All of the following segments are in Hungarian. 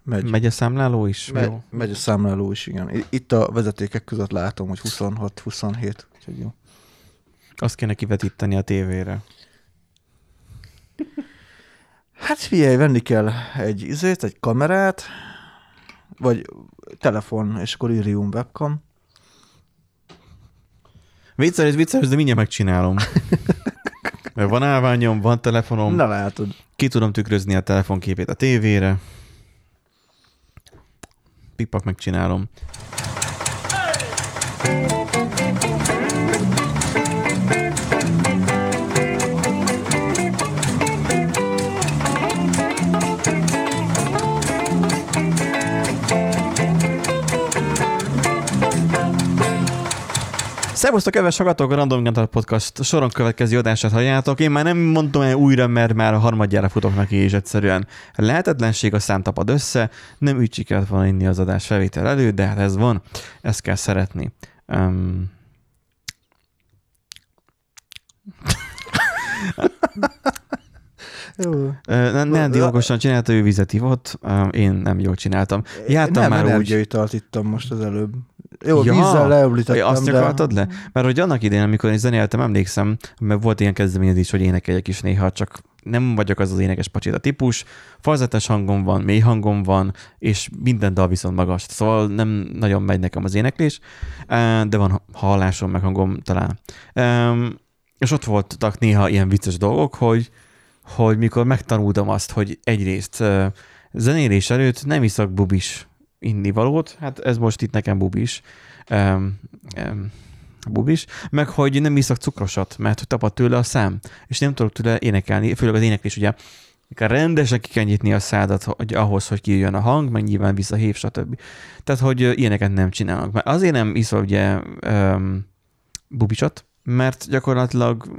Megy a számláló is? Megy a számláló is, igen. Itt a vezetékek között látom, hogy 26-27. Úgyhogy jó. Azt kéne kivetíteni a tévére. Hát figyelj, venni kell egy kamerát, vagy telefon, és akkor Iridium webcam. Vicces, de mindjárt megcsinálom. Mert van állványom, van telefonom. Na látod. Ki tudom tükrözni a telefonképét a tévére. Pikpak megcsinálom. Szervusztok, kedves hallgatók, a Random Gunter Podcast soron következő adását halljátok. Én már nem mondtam el újra, mert már a harmadjára futok neki, és egyszerűen lehetetlenség, a szám tapad össze, nem úgy sikert volna inni az adás felvétel elő, de hát ez van, ezt kell szeretni. Nem okosan csinálta, ő vizet ivott, én nem jól csináltam. Jártam nem, már úgy. energiaitalt ittam most az előbb. Jó, vízzel leöblítettem, azt akartad le? Mert hogy annak idején, amikor én zenéltem, emlékszem, mert volt ilyen kezdeményezés, hogy énekeljek is néha, csak nem vagyok az énekes pacsita típus, falzetes hangom van, mély hangom van, és minden dal viszont magas. Szóval nem nagyon megy nekem az éneklés, de van hallásom, meg hangom talán. És ott voltak néha ilyen vicces dolgok, hogy mikor megtanultam azt, hogy egyrészt zenélés előtt nem iszak bubis innivalót, hát ez most itt nekem bubis, meg hogy nem iszak cukrosat, mert hogy tapad tőle a szám, és nem tudok tőle énekelni, főleg az éneklés, ugye rendesen ki kell nyitni a szádat, hogy ahhoz, hogy kijöjjön a hang, meg nyilván visszahív, stb. Tehát, hogy ilyeneket nem csinálnak. Mert azért nem iszol ugye bubisat, mert gyakorlatilag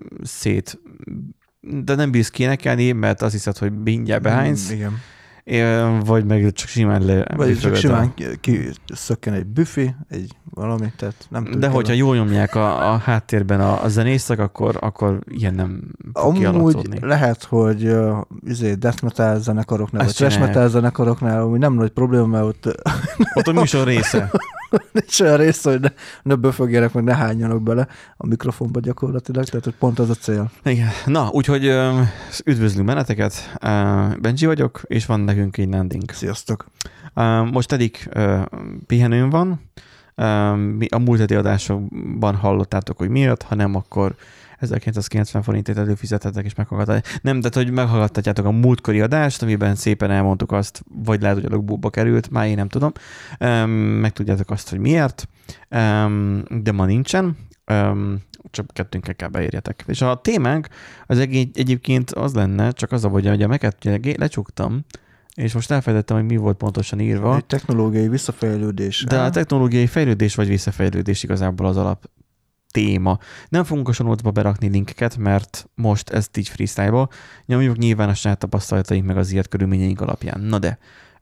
de nem bírsz kiénekelni, mert azt hiszed, hogy mindjárt behánysz. Igen. Vagy meg csak simán vagy csak simán kiszökken egy büfi, egy valami, tehát nem tudom. De hogyha jól nyomják a háttérben a zenészek, akkor ilyen nem fog kialatszódni. Lehet, hogy death metal zenekaroknál, vagy thrash metal zenekaroknál, ami nem nagy probléma, mert ott a műsor része. Nincs olyan része, hogy ne böfögjenek, meg ne hányjanak bele a mikrofonba gyakorlatilag, tehát hogy pont az a cél. Igen. Na, úgyhogy üdvözlünk benneteket. Benji vagyok, és van nekünk egy nandink. Sziasztok! Most pedig pihenőn van. A múlt heti adásokban hallottátok, hogy miért, ha nem, akkor 1990 forintért előfizetettek és meghallgattátok. Nem, de hogy meghallgattatjátok a múltkori adást, amiben szépen elmondtuk azt, vagy lehet, hogy a logbookba került, már én nem tudom. Megtudjátok azt, hogy miért, de ma nincsen. Csak kettőnkkel kell beérjetek. És a témánk az egyébként az lenne, csak az a vagy, hogy a Mac-et lecsuktam, és most elfelejtettem, hogy mi volt pontosan írva. Egy technológiai visszafejlődés. De a technológiai fejlődés vagy visszafejlődés igazából az alap téma. Nem fogunk a sonótba berakni linkeket, mert most ezt így freestyle-ba nyomjuk nyilván a saját tapasztalataink meg az ilyet körülményeink alapján. Na de,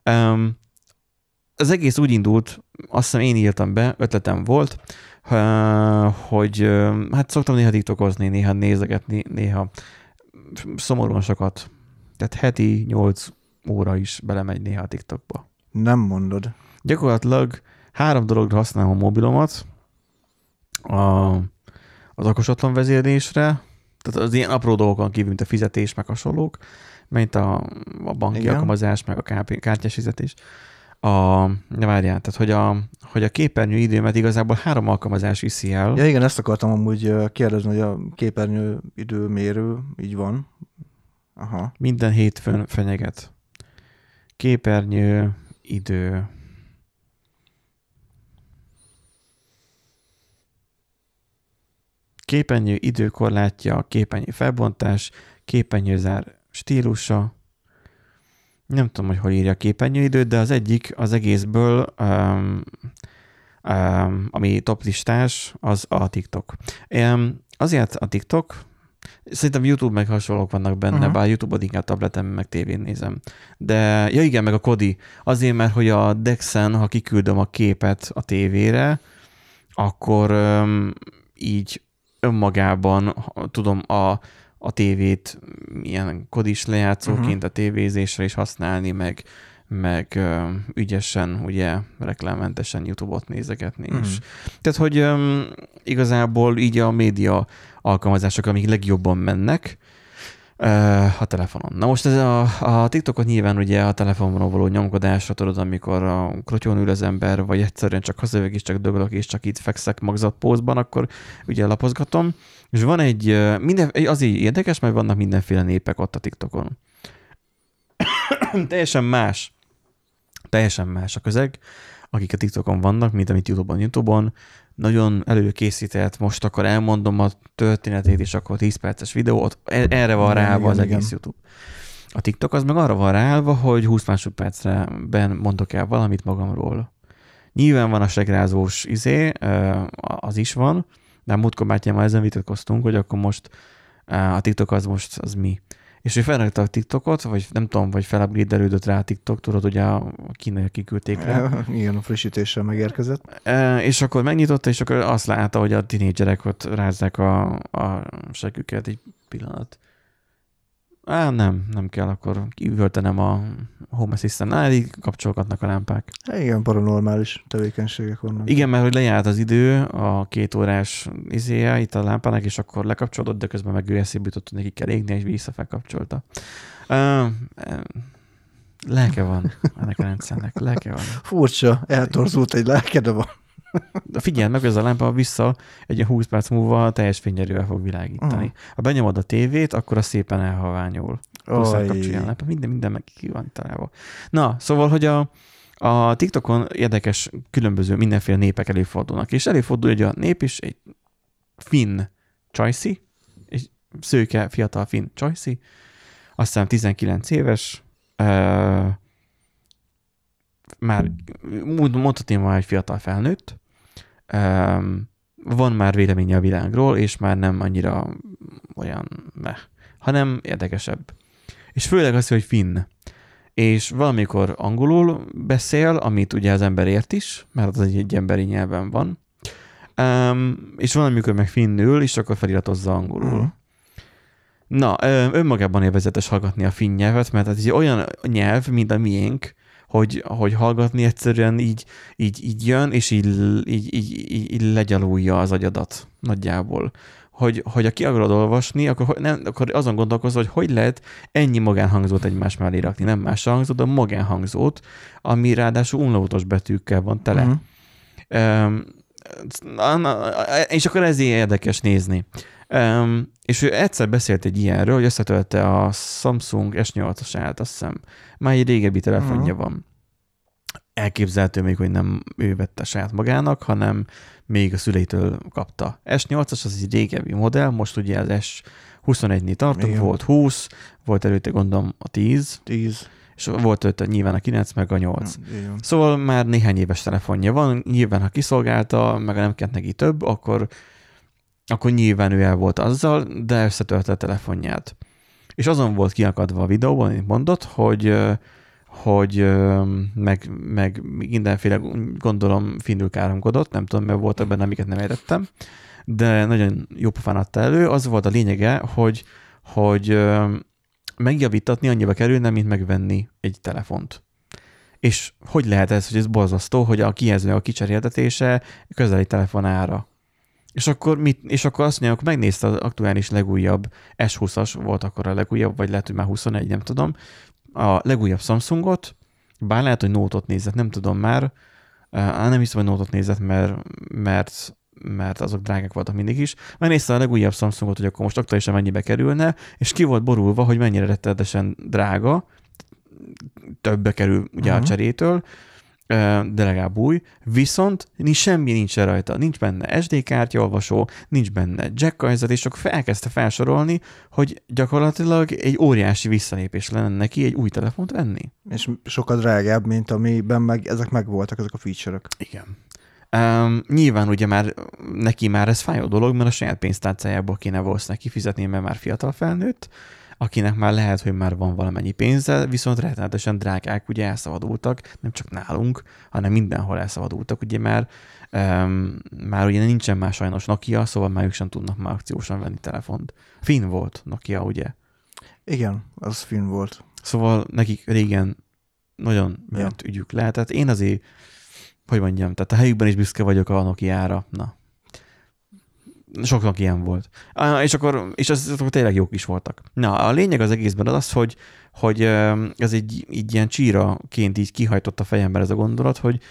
az egész úgy indult, azt hiszem én írtam be, ötletem volt, hogy hát szoktam néha tiktokozni, néha nézegetni, néha szomorúan sokat. Tehát heti 8 óra is belemegy néha a TikTokba. Nem mondod. Gyakorlatilag 3 dologra használom a mobilomat, az okosatlan vezérlésre, tehát az ilyen apró dolgokon kívül, mint a fizetés, meg hasonlók, mint a banki alkalmazás, meg a kártyás fizetés. Várjál, tehát hogy a képernyő időmet igazából 3 alkalmazás viszi el. Ja igen, ezt akartam amúgy kérdezni, hogy a képernyő időmérő így van. Aha. Minden hétfőn fenyeget. Képernyő idő. Képernyő időkorlátja, képernyő felbontás, képernyőzár stílusa. Nem tudom, hogy hol írja a képernyőidőt, de az egyik az egészből, ami top listás, az a TikTok. Azért a TikTok, szerintem YouTube meg hasonlók vannak benne, bár YouTube-ot inkább tableten meg tévén nézem. De, ja igen, meg a Kodi. Azért, mert hogy a Dexen, ha kiküldöm a képet a tévére, akkor így önmagában tudom a tévét ilyen kodis lejátszóként a tévézésre is használni, meg meg ügyesen, ugye reklámmentesen YouTube-ot nézegetni is. Tehát, hogy igazából így a média alkalmazások, amik legjobban mennek, a telefonon. Na most ez a TikTokot nyilván ugye a telefonon való nyomkodásra tudod, amikor a krotyón ül az ember, vagy egyszerűen csak hazajövök és csak döglök, és csak itt fekszek magzatpózban, akkor ugye lapozgatom. És van azért érdekes, mert vannak mindenféle népek ott a TikTokon. Teljesen más a közeg, akik a TikTokon vannak, mint amit YouTube-on. Nagyon előkészített, most akkor elmondom a történetét, és akkor 10 perces videót, erre van ráállva az egész YouTube. A TikTok az meg arra van ráállva, hogy 20 másodpercben mondok el valamit magamról. Nyilván van a segrázós az is van, de múltkor Mátyámmal ezen vitatkoztunk, hogy akkor most a TikTok az mi. És ő felrakta a TikTokot, vagy nem tudom, vagy felupgrade-elődött rá a TikTok, tudod, hogy a kínaiak kiküldték rá. Igen, a frissítéssel megérkezett. És akkor megnyitotta, és akkor azt látta, hogy a tinédzserek ott rázzák a següket egy pillanat. Nem kell, akkor kiüvöltenem a Home Assistant. Elég kapcsolgatnak a lámpák. Igen, paranormális tevékenységek vannak. Igen, mert hogy lejárt az idő, a 2 órás izéje itt a lámpának, és akkor lekapcsolódott, de közben meg ő eszébe jutott, hogy neki kell égni, és vissza felkapcsolta. Lelke van ennek a rendszernek, lelke van. Furcsa, eltorzult egy lelke, de van. De figyeld meg, ez a lámpa vissza egy 20 perc múlva teljes fényerővel fog világítani. Ha benyomod a tévét, akkor az szépen elhaványul. Plusz elkapcsolja a lámpa, minden meg ki van találva. Na, szóval, hogy a TikTokon érdekes, különböző mindenféle népek előfordulnak, és előfordul, hogy a nép is egy finn csajszi, egy szőke, fiatal finn csajszi, azt hiszem 19 éves, már mondhatném már egy fiatal felnőtt, van már véleménye a világról, és már nem annyira olyan, hanem érdekesebb. És főleg az, hogy finn. És valamikor angolul beszél, amit ugye az ember ért is, mert az egy emberi nyelven van, és valamikor meg finnül, és akkor feliratozza angolul. Na, önmagában élvezetes hallgatni a finn nyelvet, mert ez egy olyan nyelv, mint a miénk, hogy hallgatni egyszerűen így jön, és így legyalulja az agyadat nagyjából. Hogy ha ki akarod olvasni, akkor azon gondolkozol, hogy lehet ennyi magánhangzót egymás mellé rakni. Nem más hangzót, de magánhangzót, ami ráadásul unlautos betűkkel van tele. És akkor ezért érdekes nézni. És ő egyszer beszélt egy ilyenről, hogy összetölte a Samsung S8-asát, azt hiszem. Már egy régebbi telefonja van. Elképzelhető még, hogy nem ő vette saját magának, hanem még a szüleitől kapta. S8-as az egy régebbi modell, most ugye az S21-nél tartunk, volt 20, volt előtte gondolom a 10. És volt előtte nyilván a 9, meg a 8. Szóval már néhány éves telefonja van, nyilván ha kiszolgálta, meg nem kellett neki több, akkor nyilván ő el volt azzal, de összetörte a telefonját. És azon volt kiakadva a videóban, amit mondott, hogy meg mindenféle, gondolom, finnül káromkodott, nem tudom, mert voltak benne, amiket nem értettem, de nagyon jó pofán adta elő. Az volt a lényege, hogy megjavítatni annyiba kerülne, mint megvenni egy telefont. És hogy lehet ez, hogy ez borzasztó, hogy a kijelző, a kicseréltetése közel egy telefon ára. És akkor azt mondja, akkor megnézte az aktuális legújabb S20-as, volt akkor a legújabb, vagy lehet, hogy már 21, nem tudom, a legújabb Samsungot, bár lehet, hogy Note-ot nézett, nem tudom már, nem hiszem, hogy Note-ot nézett, mert azok drágák voltak mindig is. Megnézte a legújabb Samsungot, hogy akkor most aktuálisan mennyibe kerülne, és ki volt borulva, hogy mennyire rettenetesen drága, többbe kerül ugye a cserétől, de legalább új, viszont semmi nincs rajta. Nincs benne SD kártyaolvasó, nincs benne jack-kajzat, és akkor elkezdte felsorolni, hogy gyakorlatilag egy óriási visszalépés lenne neki egy új telefont venni. És sokkal drágább, mint amiben ezek megvoltak, ezek a feature-ök. Igen. Nyilván ugye neki már ez fájó dolog, mert a saját pénztárcájából kéne valószínűleg kifizetni, mert már fiatal felnőtt, akinek már lehet, hogy már van valamennyi pénze, viszont rettenetesen drágák, ugye elszabadultak, nem csak nálunk, hanem mindenhol elszabadultak, ugye már ugye nincsen már sajnos Nokia, szóval már ők sem tudnak már akciósan venni telefont. Finn volt Nokia, ugye? Igen, az finn volt. Szóval nekik régen nagyon miatt ügyük lehet. Tehát én azért, hogy mondjam, tehát a helyükben is büszke vagyok a Nokia-ra. Na. Soknak ilyen volt. És azok tényleg jók is voltak. Na, a lényeg az egészben az, hogy ez így ilyen csíraként így kihajtott a fejemben ez a gondolat, hogy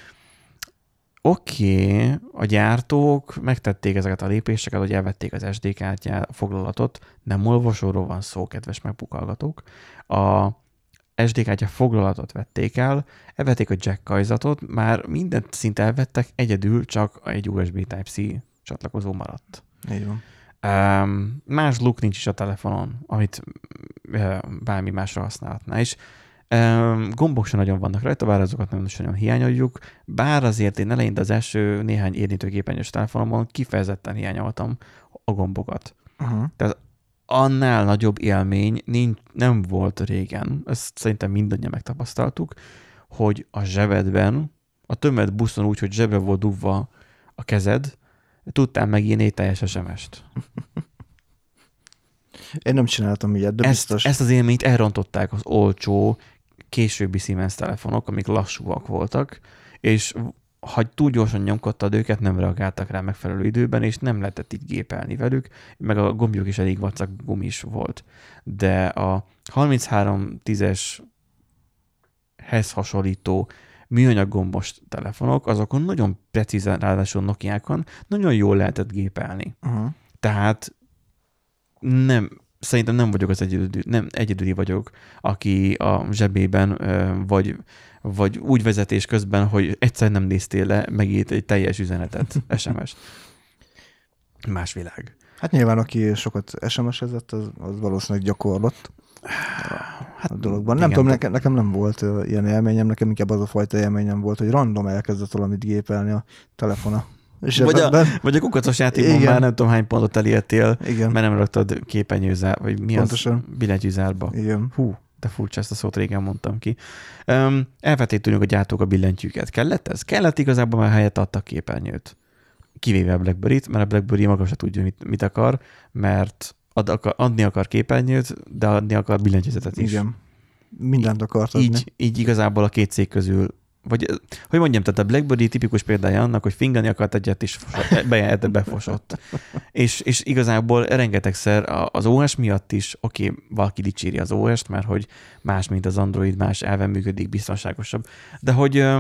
oké, a gyártók megtették ezeket a lépéseket, hogy elvették az SD kártyá foglalatot, nem olvasóról van szó, kedves megpukalgatók. A SD kártya foglalatot vették el, elvették a jack kajzatot, már mindent szinte elvettek, egyedül csak egy USB Type-C csatlakozó maradt. Így van. Más look nincs is a telefonon, amit bármi másra használhatná. És gombok sem nagyon vannak rajta, bár azokat nem nagyon hiányoljuk, bár azért én elején az első néhány érintőképernyős telefonomon kifejezetten hiányoltam a gombokat. Uh-huh. Tehát annál nagyobb élmény nem volt régen, ezt szerintem mindannyian megtapasztaltuk, hogy a zsebedben, a tömött buszon úgy, hogy zsebre volt dugva a kezed, tudtál megírni egy teljes SMS-t. Én nem csináltam ilyet, de biztos. Ezt az élményt elrontották az olcsó, későbbi Siemens telefonok, amik lassúak voltak, és ha túl gyorsan nyomkodtad őket, nem reagáltak rá megfelelő időben, és nem lehetett így gépelni velük, meg a gombjuk is elég vacak gumis volt. De a 3310-eshez hasonlító műanyag gombos telefonok, azokon nagyon precízen, ráadásul Nokiákon, nagyon jól lehetett gépelni. Uh-huh. Tehát szerintem nem vagyok az egyedüli vagyok, aki a zsebében vagy úgy vezetés közben, hogy egyszer nem néztél le, megírt egy teljes üzenetet, SMS-t. Más világ. Hát nyilván, aki sokat SMS-ezett, az valószínűleg gyakorlott a dologban. Nem tudom, nekem nem volt ilyen élményem, nekem inkább az a fajta élményem volt, hogy random elkezdett valamit gépelni a telefona. Vagy a kukacos játékban már nem tudom hány pontot elértél, igen. mert nem raktad képernyőzár, vagy mi pontosan. Az billentyűzárba. Igen. Hú, de furcsa, ezt a szót régen mondtam ki. Elvették tőlünk a gyártók a billentyűket. Kellett ez? Kellett, igazából már helyett adtak képernyőt. Kivéve a BlackBerry-t, mert a BlackBerry maga se tudja, mit akar, mert adni akar képernyőt, de adni akar billentyűzetet is. Igen. Mindent akart adni. Így igazából a két cég közül, vagy hogy mondjam, tehát a BlackBerry tipikus példája annak, hogy fingani akart egyet, és befosott. és igazából rengetegszer az OS miatt is, oké, valaki dicséri az OS-t, mert hogy más, mint az Android, más elven működik, biztonságosabb. De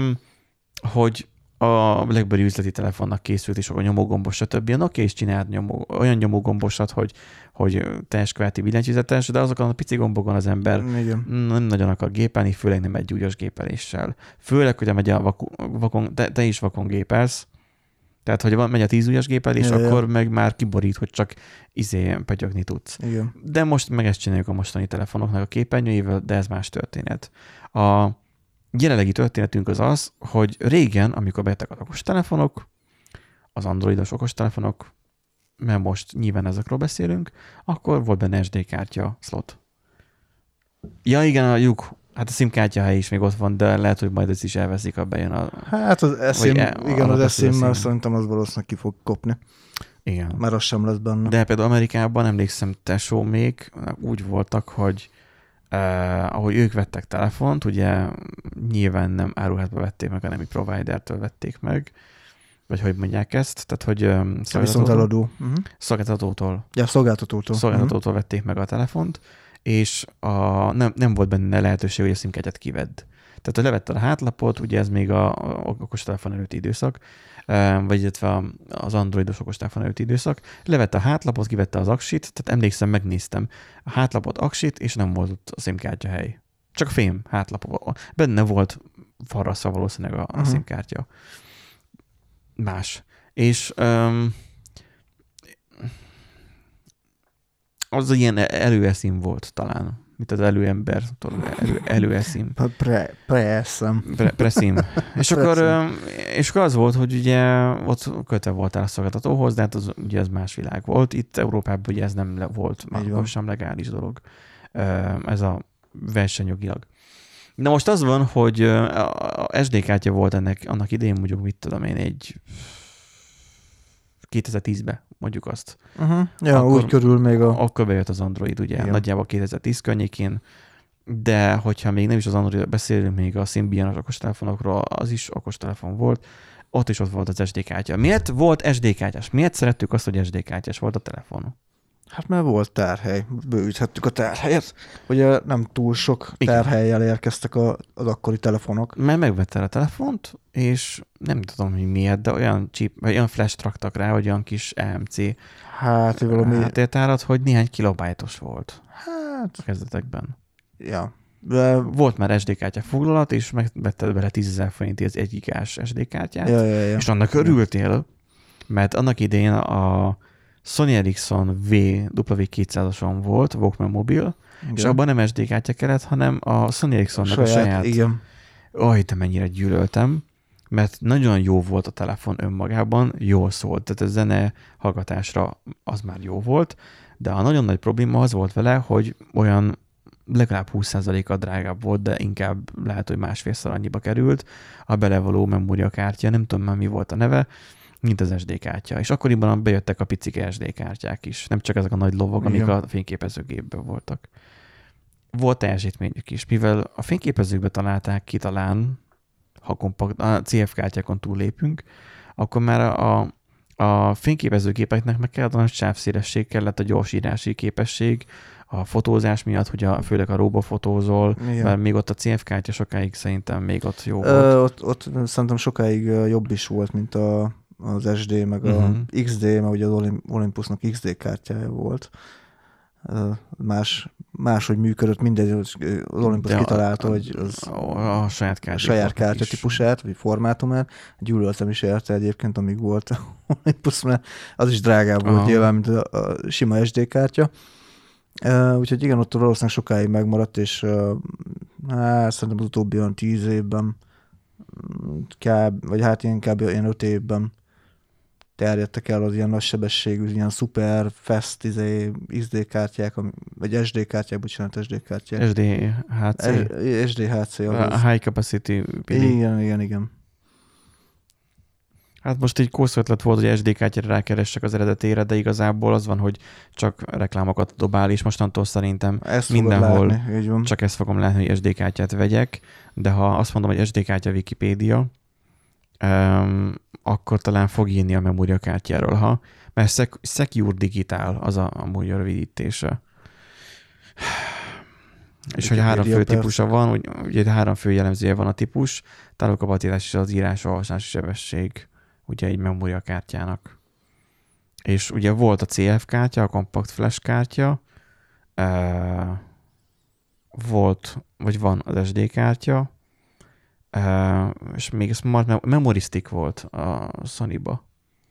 hogy a BlackBerry üzleti telefonnak készült, és a nyomógombos, stb. A Nokia is csinált olyan nyomógombosat, hogy teljes kválti billentyűzetes, de azokon a pici gombokon az ember nem nagyon akar gépelni, főleg nem egy úgyos gépeléssel. Főleg, hogy megy a vakon, te is vakon gépelsz, tehát, hogy megy a 10 ujjas gépelés, akkor meg már kiborít, hogy csak pötyögni tudsz. Igen. De most meg ezt csináljuk a mostani telefonoknak a képernyőjével, de ez más történet. A jelenlegi történetünk az, hogy régen, amikor bejöttek az okostelefonok, az androidos okostelefonok, mert most nyilván ezekről beszélünk, akkor volt benne SD kártya slot. Ja igen, a lyuk, hát a SIM kártya hely is még ott van, de lehet, hogy majd ez is elveszik, ha bejön a... Hát az SIM, igen, az SIM-mel szerintem az valószínűleg ki fog kopni. Igen. Mert az sem lesz benne. De például Amerikában emlékszem, tesó még úgy voltak, hogy ahogy ők vettek telefont, ugye nyilván nem áruházba vették meg, hanem egy providertől vették meg, vagy hogy mondják ezt, tehát hogy szolgáltatótól. Ja, szolgáltatótól vették meg a telefont, és nem volt benne lehetőség, hogy a SIM-kártyát kivedd. Tehát, hogy levette a hátlapot, ugye ez még a okostelefon előtti időszak, vagy illetve az androidos okostelefon előtti időszak, levette a hátlapot, kivette az aksit, tehát emlékszem, megnéztem a hátlapot, aksit, és nem volt ott a SIM-kártya hely. Csak a fém hátlap. Benne volt farraszva valószínűleg a SIM-kártya. Más. És az ilyen előeszim volt talán, mint az előember, előeszim. Presszim. És akkor az volt, hogy ugye ott kötve voltál a szolgáltatóhoz, de hát ugye ez más világ volt. Itt Európában ugye ez nem volt, akkor sem legális dolog. Ez a versenyjogilag. Na most az van, hogy a SD kártya volt annak idején, mondjuk mit tudom én, egy 2010-ben, mondjuk azt. Ja, akkor, úgy körül még Akkor bejött az Android, ugye, nagyjából 2010 környékén. de hogyha még nem is az Androidról beszélünk, még a Symbian okostelefonokról, az is okostelefon volt, ott is ott volt az SD kártya. Miért volt SD kártyás? Miért szerettük azt, hogy SD kártyás volt a telefon? Hát mert volt tárhely, bővíthettük a tárhelyet. Ugye nem túl sok tárhellyel érkeztek az akkori telefonok. Mert megvetted a telefont, és nem tudom, hogy miért, de olyan flash raktak rá, vagy olyan kis EMC háttértárat, hogy néhány kilobájtos volt. Hát a kezdetekben. Ja. De volt már SD kártya foglalat, és megvetted bele 10 000 forintért az 1 gigás SD kártyát, és annak örültél, mert annak idején a Sony Ericsson W200-oson volt, Walkman mobil, igen. És abban nem SD kártya kellett, hanem a Sony Ericssonnak a saját. Igen. De mennyire gyűlöltem, mert nagyon jó volt a telefon önmagában, jól szólt, tehát a zene hallgatásra az már jó volt, de a nagyon nagy probléma az volt vele, hogy olyan legalább 20%-a drágább volt, de inkább lehet, hogy másfélszer annyiba került a belevaló memóriakártya, nem tudom már mi volt a neve, mint az SD kártya. És akkoriban bejöttek a picike SD kártyák is, nem csak ezek a nagy lovak, amik a fényképezőgépben voltak. Volt teljesítményük is, mivel a fényképezőkbe találták ki talán, ha kompakt, a CF kártyákon túllépünk, akkor már a fényképezőgépeknek meg kellett a nagy sávszélesség, kellett a gyorsírási képesség, a fotózás miatt, hogy főleg a RAW-ba fotózol, mert még ott a CF kártya sokáig szerintem még ott jó volt. Ott szerintem sokáig jobb is volt, mint az SD, meg a XD, mert ugye az Olympusnak XD kártyája volt. Máshogy működött, mindegy, az Olympus kitalálta, hogy az a saját kártya típusát, vagy formátumát. Gyűlöltem is érte egyébként, amíg volt Olympus, mert az is drágább volt nyilván, mint a sima SD kártya. Úgyhogy igen, ott valószínűleg sokáig megmaradt, és szerintem az utóbbi olyan 10 évben, vagy hát inkább ilyen 5 évben terjedtek el az ilyen nagy sebességű, ilyen super fast XD kártyák, vagy SD kártyák, bocsánat, SD kártyák. SDHC. SDHC. High Capacity PD. Igen. Hát most egy kósz ötlet volt, hogy SD kártyára rákeressek az eredetére, de igazából az van, hogy csak reklámokat dobál, és mostantól szerintem ezt mindenhol látni, csak ezt fogom látni, hogy SD kártyát vegyek, de ha azt mondom, hogy SD kártya Wikipédia, akkor talán fog írni a memóriakártyáról, mert Secure Digital az amúgy a rövidítése. És hogy 3 fő típusa van, ugye 3 fő jellemzője van a típus, tárolókapacitás és az írás-olvasási sebesség, ugye egy memóriakártyának. És ugye volt a CF kártya, a Compact Flash kártya, volt, vagy van az SD kártya, és még Smart Memory Stick volt a Sony-ba.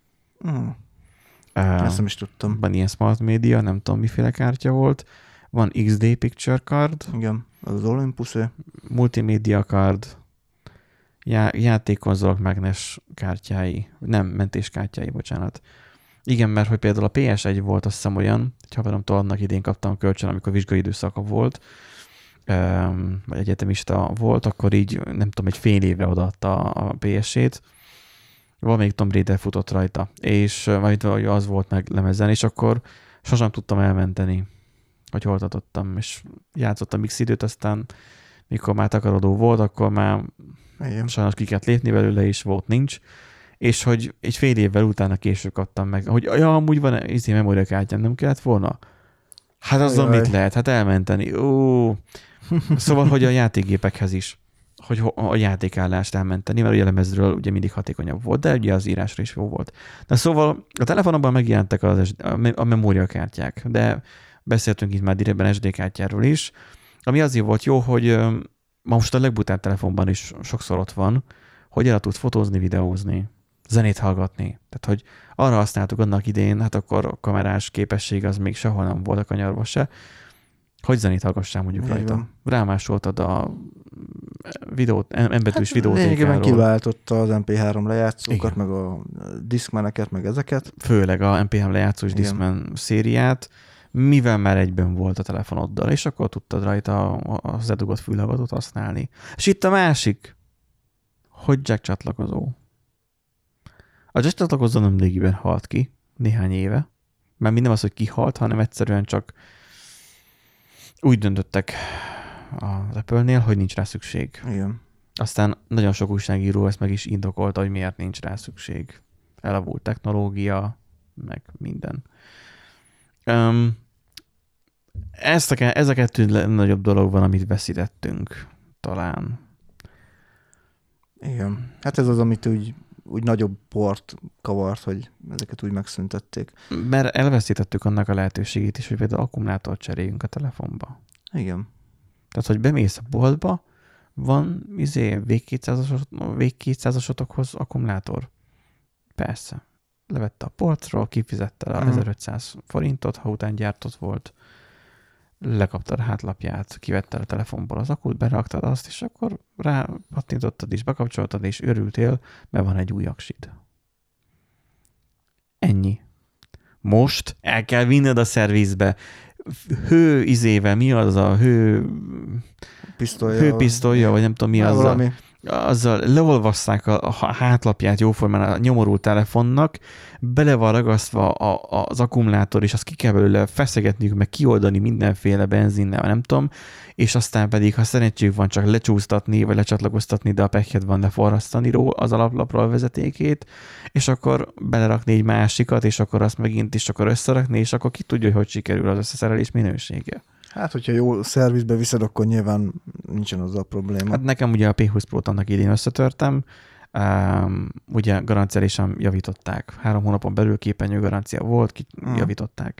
Ezt nem is tudtam. Van ilyen Smart Media, nem tudom miféle kártya volt. Van XD Picture Card. Igen, az Olympus-é. Multimédia Card. Játékkonzolok mágnes kártyái. Nem, mentéskártyái, bocsánat. Igen, mert hogy például a PS1 volt, azt hiszem olyan, hogy haveromtól annak idén kaptam kölcsön, amikor vizsgai időszaka volt, vagy egyetemista volt, akkor így, nem tudom, egy fél évre odaadta a PS-ét. Valamelyik Tomb Raider futott rajta, és majd az volt meg lemezen, és akkor sosem tudtam elmenteni, hogy hol tartottam, és játszottam x időt, aztán mikor már takarodó volt, akkor már sajnos ki kellett lépni belőle, és volt nincs, és hogy egy fél évvel utána később kaptam meg, hogy amúgy van memóriakártyám, nem kellett volna? Hát azzal mit lehet? Hát elmenteni. Szóval, hogy a játékgépekhez is, hogy a játékállást elmenteni, mert ugye lemezről ugye mindig hatékonyabb volt, de ugye az írásra is jó volt. Na szóval a telefonomban megjelentek a memóriakártyák, de beszéltünk itt már direktben SD kártyáról is, ami azért volt jó, hogy most a legbutább telefonban is sokszor ott van, hogy el tudsz fotózni, videózni, zenét hallgatni. Tehát, hogy arra használtuk annak idén, hát akkor a kamerás képesség az még sehol nem volt a kanyarba se, hogy zenét hallgassál mondjuk rajta. Rámásoltad a videót, embetűs videótékáról. Lényegében kiváltotta az MP3 lejátszókat, igen, meg a Discmaneket, meg ezeket. Főleg a MP3 lejátszó és Discman szériát, mivel már egyben volt a telefonoddal, és akkor tudtad rajta az edugott fülhallgatót használni. És itt a másik, hogy jack csatlakozó. A jack csatlakozó nem régiben halt ki, néhány éve. Mert nem az, hogy kihalt, hanem egyszerűen csak úgy döntöttek az Apple-nél, hogy nincs rá szükség. Igen. Aztán nagyon sok újságíró ezt meg is indokolta, hogy miért nincs rá szükség. Elavult technológia, meg minden. Ez a kettő nagyobb dolog van, amit veszítettünk talán. Igen. Hát ez az, amit úgy nagyobb port kavart, hogy ezeket úgy megszüntették. Mert elveszítettük annak a lehetőségét is, hogy például akkumulátort cseréljünk a telefonba. Igen. Tehát, hogy bemész a boltba, van V200-asotokhoz akkumulátor. Persze. Levette a polcról, kifizette a 1500 forintot, ha után gyártott volt, lekaptad a hátlapját, kivetted a telefonból az akut, beraktad azt, és akkor rápattintottad és bekapcsoltad, és örültél, mert van egy új aksid. Ennyi. Most el kell vinned a szervizbe. Hőizével, mi az a hőpisztolya, vagy nem tudom mi az a... Azzal leolvasszák a hátlapját jóformán a nyomorult telefonnak, bele van ragasztva az akkumulátor, és azt ki kell belőle feszegetniük, meg kioldani mindenféle benzinnel, nem tudom, és aztán pedig, ha szerencség van, csak lecsúsztatni, vagy lecsatlakoztatni, de a pekhed van leforrasztani az alaplapról a vezetékét, és akkor belerakni egy másikat, és akkor azt megint is akkor összerakni, és akkor ki tudja, hogy sikerül az összeszerelés minősége. Hát, hogyha jó szervizbe viszed, akkor nyilván nincsen azzal probléma. Hát nekem ugye a P20 Pro-t annak idén összetörtem, ugye garanciálisan javították. 3 hónapon belül képernyő garancia volt, javították.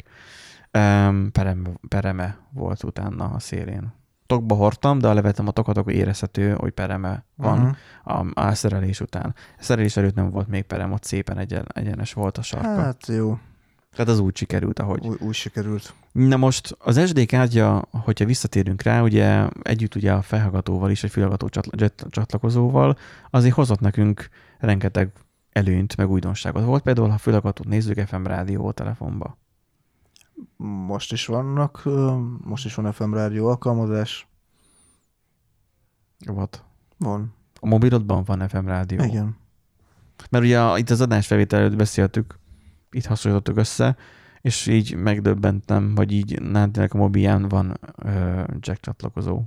Pereme volt utána a szélén. Tokba hordtam, de levettem a tokat, akkor érezhető, hogy pereme van a szerelés után. A szerelés előtt nem volt még perem, ott szépen egyenes volt a sarka. Hát jó. Tehát az úgy sikerült, ahogy. Úgy sikerült. Na most az SD kártya, hogyha visszatérünk rá, ugye együtt ugye a felhallgatóval is, egy fülhallgató csatlakozóval, azért hozott nekünk rengeteg előnyt, meg újdonságot. Volt például, ha fülhallgatót nézzük, FM rádió a telefonba. Most is van FM rádió alkalmazás. Van. A mobilodban van FM rádió. Igen. Mert ugye itt az adásfelvétel előtt beszéltük, itt hasonlítottuk össze, és így megdöbbentem, hogy így Nándinek a mobilján van jack csatlakozó.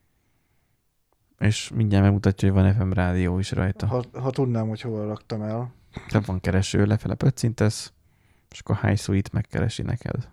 És mindjárt megmutatja, hogy van FM rádió is rajta. Ha tudnám, hogy hol raktam el. Tehát van kereső, lefele pöccintesz, és akkor Hi Suite megkeresi neked.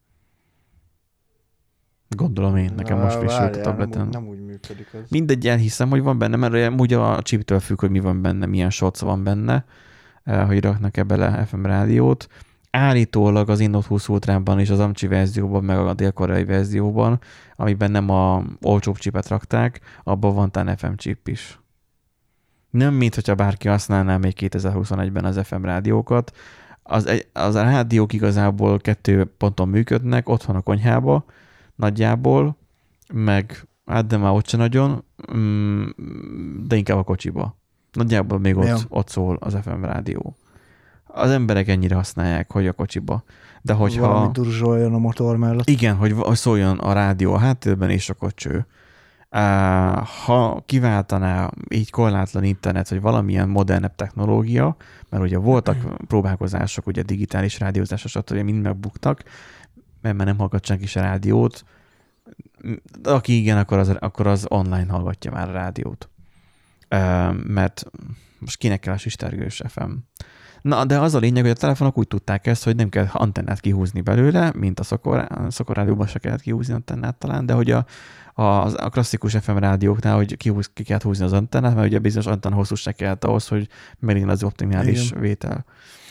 Gondolom én, nekem most frissült a tableten. Nem úgy működik ez. Mindegy, elhiszem, hogy van benne, mert ugye a chiptől függ, hogy mi van benne, milyen shots van benne, hogy raknak-e bele FM rádiót. Állítólag az Innote 20 Ultrában és az Amchi verzióban, meg a dél-koreai verzióban, amiben nem a olcsóbb chipet rakták, abban van tán FM chip is. Nem, mint hogyha bárki használná még 2021-ben az FM rádiókat. Az a rádiók igazából 2 ponton működnek, ott van a konyhába, nagyjából, meg hát de már ott se nagyon, de inkább a kocsiba. Nagyjából még ott szól az FM rádió. Az emberek ennyire használják, hogy a kocsiba. De hogyha... Valami durzsoljon a motor mellett. Igen, hogy szóljon a rádió a háttérben és a kocső. Ha kiváltaná így korlátlan internet, vagy valamilyen modernebb technológia, mert ugye voltak próbálkozások, ugye digitális rádiózás, stb. Mind megbuktak, mert nem hallgat senki se rádiót. Aki igen, akkor az online hallgatja már a rádiót. Mert most kinek kell a sistergős FM. Na, de az a lényeg, hogy a telefonok úgy tudták ezt, hogy nem kell antennát kihúzni belőle, mint a szokorrádióban se kellett kihúzni antennát talán, de hogy a klasszikus FM rádióknál, hogy ki kellett húzni az antennát, mert ugye bizonyos antenna hosszúság kellett ahhoz, hogy meglegyen az optimális vétel.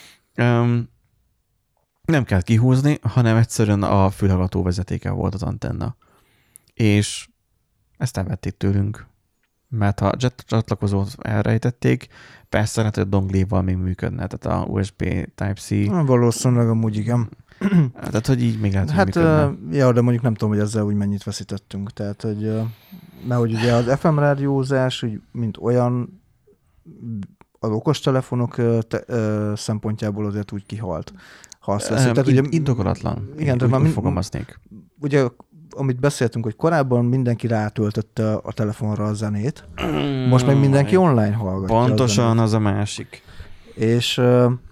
Nem kellett kihúzni, hanem egyszerűen a fülhallgató vezetéke volt az antenna. És ezt elvették tőlünk. Mert ha jet csatlakozót elrejtették, persze lehet, hogy a dongléval még működne, tehát a USB Type-C. Valószínűleg amúgy igen. Tehát, hogy így még lehet, hogy működne. Ja, de mondjuk nem tudom, hogy ezzel úgy mennyit veszítettünk. Tehát, hogy mert hogy ugye az FM rádiózás, mint olyan, az okostelefonok szempontjából azért úgy kihalt. Ha azt veszed. Tehát ugye indokolatlan. Igen, úgy fogalmaznék. Ugye amit beszéltünk, hogy korábban mindenki rátöltötte a telefonra a zenét, most meg mindenki online hallgatja. Pontosan az a másik. És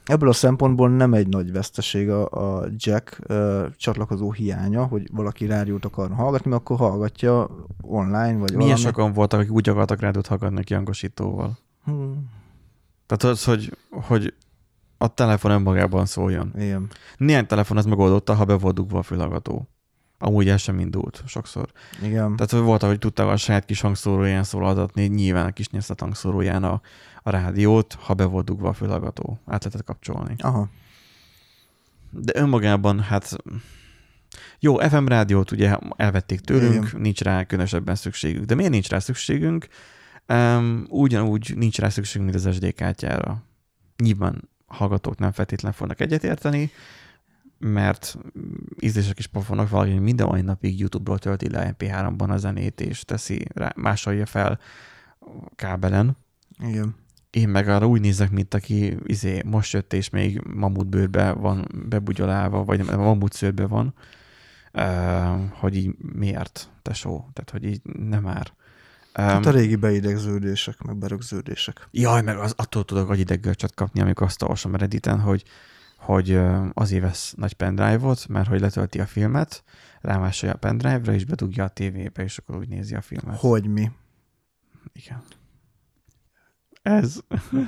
Ebből a szempontból nem egy nagy veszteség a jack csatlakozó hiánya, hogy valaki rádiót akar hallgatni, mert akkor hallgatja online, vagy milyen sokan voltak, akik úgy akartak rádiót hallgatni hangosítóval. Tehát az, hogy a telefon önmagában szóljon. Igen. Néhány telefon az megoldotta, ha be volt dugva a fülhallgató. Amúgy el sem indult sokszor. Igen. Tehát volt, hogy tudtál a saját kis hangszóróján szólaltatni, nyilván a kis nyesztett hangszóróján a rádiót, ha be volt dugva a fülhallgató. Át lehetett kapcsolni. Aha. De önmagában, hát jó, FM rádiót ugye elvették tőlünk, igen. Nincs rá különösebben szükségünk. De miért nincs rá szükségünk? Ugyanúgy nincs rá szükségünk, mint az SD kártyára. Nyilván hallgatók nem feltétlenül fognak egyetérteni, mert ízlések is pofonok, valaki minden olyan napig YouTube-ról tölti le MP3-ban a zenét, és teszi rá, másolja fel kábelen. Igen. Én meg arra úgy nézek, mint aki most jött, és még mamutbőrbe van bebugyolálva, vagy mamutszőrbe van, hogy így miért, tesó? Tehát, hogy így nem már. Hát a régi beidegződések, meg berögződések. Jaj, meg attól tudok agyideggörcsöt kapni, amikor azt olvasom Redditen, hogy azért vesz nagy pendrive-ot, mert hogy letölti a filmet, rámásolja a pendrive-ra, és bedugja a tévébe, és akkor úgy nézi a filmet. Hogy mi? Igen. Ez.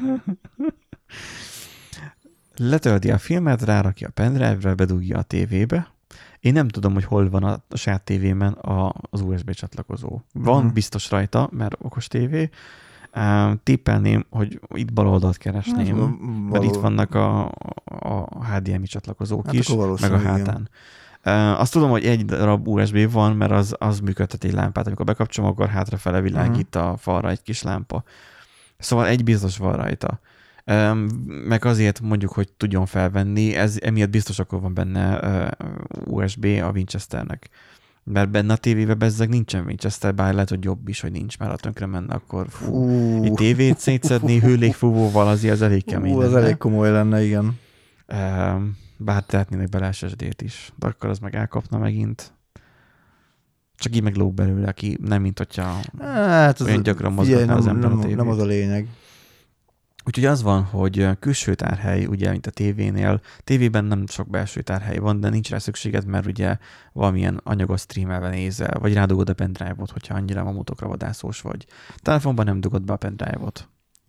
Letölti a filmet, rárakja a pendrive-ra, bedugja a tévébe. Én nem tudom, hogy hol van a saját tévémen az USB csatlakozó. Van biztos rajta, mert okos tévé. Tippelném, hogy itt bal oldalt keresném, mert itt vannak a HDMI csatlakozók hát is, meg a hátán. Azt tudom, hogy egy darab USB van, mert az működtet egy lámpát. Amikor bekapcsolom, akkor hátrafele világít a falra egy kis lámpa. Szóval egy biztos van rajta. Meg azért mondjuk, hogy tudjon felvenni, emiatt biztos akkor van benne USB a Winchesternek. Mert benne a tévébe bezzeg nincsen Winchester, bár lehet, hogy jobb is, hogy nincs, mert ha tönkre menne, akkor egy tévét szétszedni hőlégfúvóval azért az elég kemény lenne. Az elég komoly lenne, igen. Bár tehetnének bele SSD-t is, de akkor az meg elkapna megint. Csak így meg lóg belőle, aki nem mint hogyha olyan gyakran mozgatná az ember a tévét. Nem az a lényeg. Úgyhogy az van, hogy külső tárhely, ugye, mint a tévénél, tévében nem sok belső tárhely van, de nincs rá szükséged, mert ugye valamilyen anyagot streamelve nézel, vagy rádugod a pendrive-ot, hogyha annyira mamutokra vadászós vagy. Telefonban nem dugod be a pendrive-ot.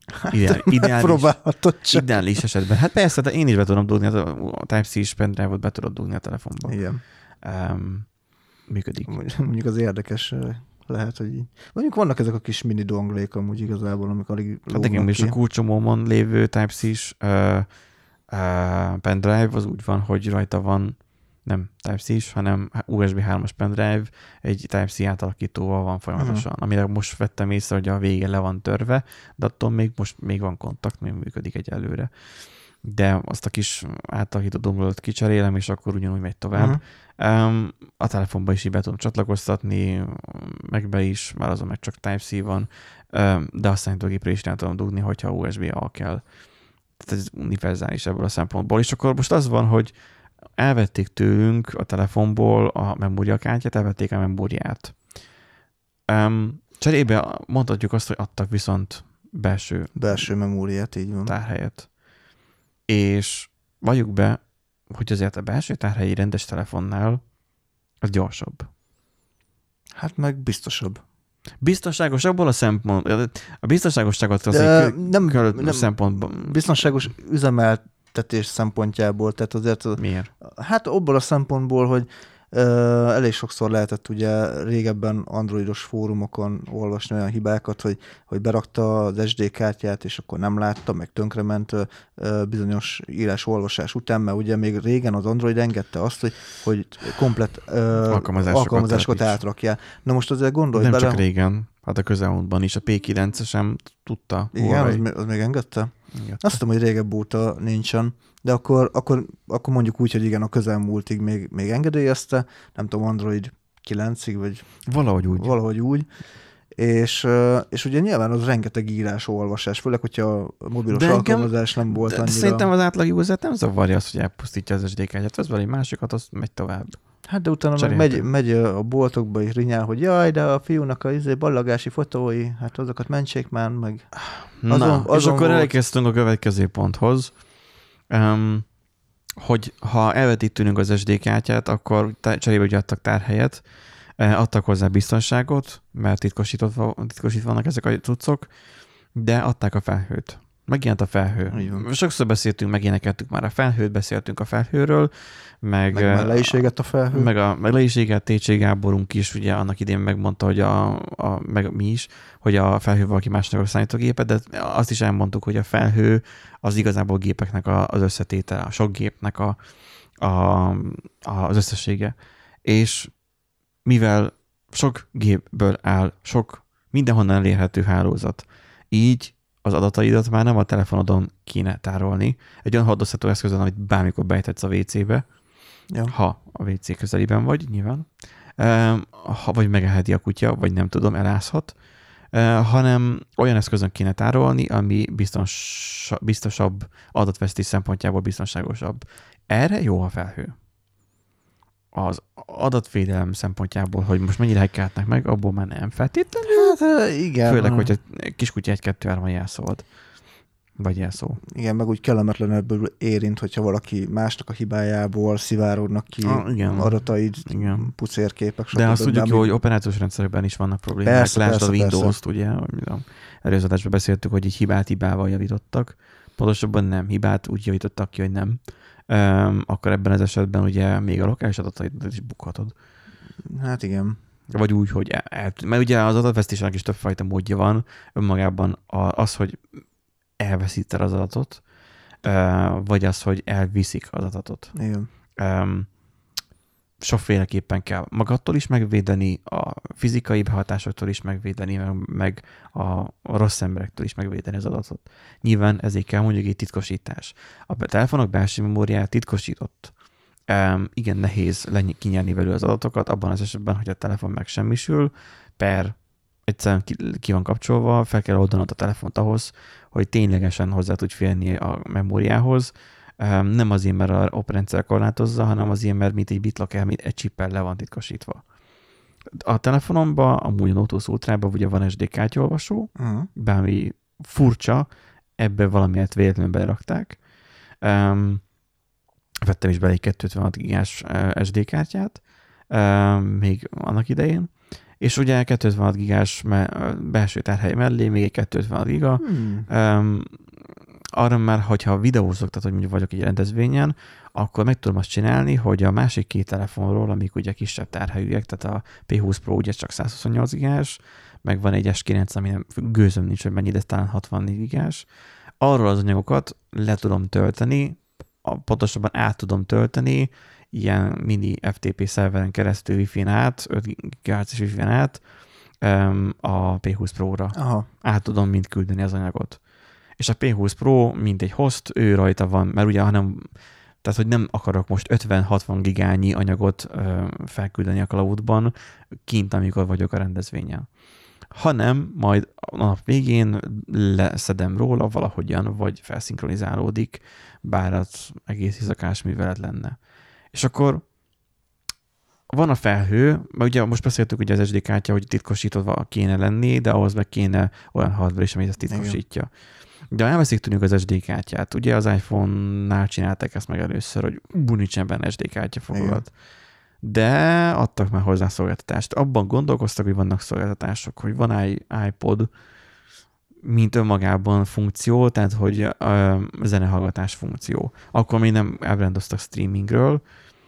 Ideális esetben. Hát persze, de én is be tudom dugni, a Type-C-s pendrive-ot be tudod dugni a telefonba. Igen. Működik. Mondjuk az érdekes lehet, hogy így. Mondjuk vannak ezek a kis mini donglék amúgy igazából, amik alig lógnak ki. Hát is a kulcsomómon lévő Type-C-s pendrive az úgy van, hogy rajta van nem Type-C-s, hanem USB 3-as pendrive, egy Type-C átalakítóval van folyamatosan, amire most vettem észre, hogy a vége le van törve, de attól még van kontakt, még működik egyelőre. De azt a kis átalakító dongolót kicserélem, és akkor ugyanúgy megy tovább. A telefonban is így be tudom csatlakoztatni, meg be is, már azon meg csak Type-C van, de a számítógépre is nem tudom dugni, hogyha USB-A kell. Tehát ez univerzális ebből a szempontból. És akkor most az van, hogy elvették tőlünk a telefonból a memóriakártyát, elvették a memóriát. Cserébe mondhatjuk azt, hogy adtak viszont belső memóriát, így van. Tárhelyet. És valljuk be, hogy azért a belső tárhelyi rendes telefonnál az gyorsabb. Hát meg biztosabb. Biztonságos abból a szempont, a biztonságosságot az nem szempontból. Biztonságos üzemeltetés szempontjából, tehát azért... Miért? Hát abból a szempontból, hogy elég sokszor lehetett ugye régebben androidos fórumokon olvasni olyan hibákat, hogy berakta az SD kártyát, és akkor nem látta, meg tönkrement bizonyos írás-olvasás után, mert ugye még régen az Android engedte azt, hogy komplett alkalmazásokat átrakjál. Na most azért gondolj nem bele... Nem csak régen, hát a közelmúltban is, a P9 sem tudta. Igen, az még engedte? Azt tudom, hogy régebb óta nincsen, de akkor mondjuk úgy, hogy igen, a közelmúltig még engedélyezte, nem tudom, Android 9-ig, vagy valahogy úgy. És ugye nyilván az rengeteg írás-olvasás, főleg, hogyha a mobilos alkalmazás nem volt annyira... Szerintem az átlag user nem zavarja azt, hogy elpusztítja az SD kártyát, az valami másikat, az megy tovább. Hát de utána megy a boltokba és rinyál, hogy jaj, de a fiúnak a ballagási fotói, hát azokat mentsék már meg. És akkor elkezdtünk a következő ponthoz. hogy ha elvetítünk az SD kártyát, akkor cserébe ugye adtak tárhelyet, adtak hozzá biztonságot, mert titkosítva vannak ezek a cuccok, de adták a felhőt. Megjelent a felhő. Sokszor beszéltünk, megénekeltük már a felhőt, beszéltünk a felhőről, meg le is égett a felhő. Meg le is égett, Técsé Gáborunk is ugye annak idén megmondta, hogy meg mi is, hogy a felhő valaki másnak a számítógépet, de azt is elmondtuk, hogy a felhő az igazából gépeknek az összetétele, a sok gépnek az összessége. És mivel sok gépből áll sok mindenhonnan elérhető hálózat, így az adataidat már nem a telefonodon kéne tárolni. Egy olyan hordozható eszközön, amit bármikor bejtetsz a WC-be, ha a WC közelében vagy, nyilván, ha vagy megelheti a kutya, vagy nem tudom, elázhat, hanem olyan eszközön kéne tárolni, ami biztosabb, adatvesztés szempontjából biztonságosabb. Erre jó a felhő. Az adatvédelem szempontjából, hogy most mennyire hackelhetnek meg, abból már nem feltétlenül. Hát igen. Főleg, hogy a kiskutya 1-2-3 jelszód. Vagy jelszó. Igen, meg úgy kellemetlen ebből érint, hogyha valaki másnak a hibájából szivárognak ki adataid, pucérképek, stb. De azt tudjuk jó, hogy operációs rendszerekben is vannak problémák. Lásd a Windows-t, ugye? Előző adásban beszéltük, hogy egy hibával javítottak. Pontosabban nem hibát, úgy javítottak ki, hogy nem. Akkor ebben az esetben ugye még a lokális adataidat is bukhatod. Hát igen. Vagy úgy, hogy mert ugye az adatvesztésnek is többfajta módja van. Önmagában az, hogy elveszíted az adatot, vagy az, hogy elviszik az adatot. Igen. Sokféleképpen kell magadtól is megvédeni, a fizikai behatásoktól is megvédeni, meg a rossz emberektől is megvédeni az adatot. Nyilván ezért kell mondjuk egy titkosítás. A telefonok belső memóriája titkosított. Igen, nehéz kinyerni belőle az adatokat, abban az esetben, hogy a telefon megsemmisül, egyszerűen ki van kapcsolva, fel kell oldanod a telefont ahhoz, hogy ténylegesen hozzá tudj férni a memóriához. Nem azért, mert a oprendszer korlátozza, hanem azért, mert mint egy BitLocker, mint egy csippel le van titkosítva. A telefonomban, amúgy a Notus Ultrában ugye van SD kártyaolvasó, bármi furcsa, ebbe valamiért véletlenül berakták. Vettem is bele egy 256 gigás SD kártyát, még annak idején, és ugye 256 gigás belső tárhely mellé még egy 256 giga. Arra már, hogyha videózok, tehát hogy mondjuk vagyok egy rendezvényen, akkor meg tudom azt csinálni, hogy a másik két telefonról, amik ugye kisebb tárhelyűek, tehát a P20 Pro ugye csak 128 gigás, meg van egy S9, ami nem, gőzöm nincs, hogy mennyi, de talán 64 gigás. Arról az anyagokat le tudom tölteni, pontosabban át tudom tölteni, ilyen mini FTP szerveren keresztül Wi-Fi-n át, 5 GHz-es Wi-Fi-n át a P20 Pro-ra. Aha. Át tudom mind küldeni az anyagot. És a P20 Pro, mint egy host, ő rajta van, mert ugye tehát hogy nem akarok most 50-60 gigányi anyagot felküldeni a cloudban kint, amikor vagyok a rendezvényen. Hanem majd a nap végén leszedem róla valahogyan, vagy felszinkronizálódik, bár az egész éjszakás művelet lenne. És akkor van a felhő, mert ugye most beszéltük ugye az SD kártya, hogy titkosítva kéne lenni, de ahhoz meg kéne olyan hardware is, ami ezt titkosítja. De elveszik tűnünk az SD kártyát. Ugye az iPhone-nál csinálták ezt meg először, hogy nincsen benne SD kártya foglalt. De adtak már hozzá szolgáltatást. Abban gondolkoztak, hogy vannak szolgáltatások, hogy van iPod, mint önmagában funkció, tehát hogy zenehallgatás funkció. Akkor még nem elbrandoztak streamingről,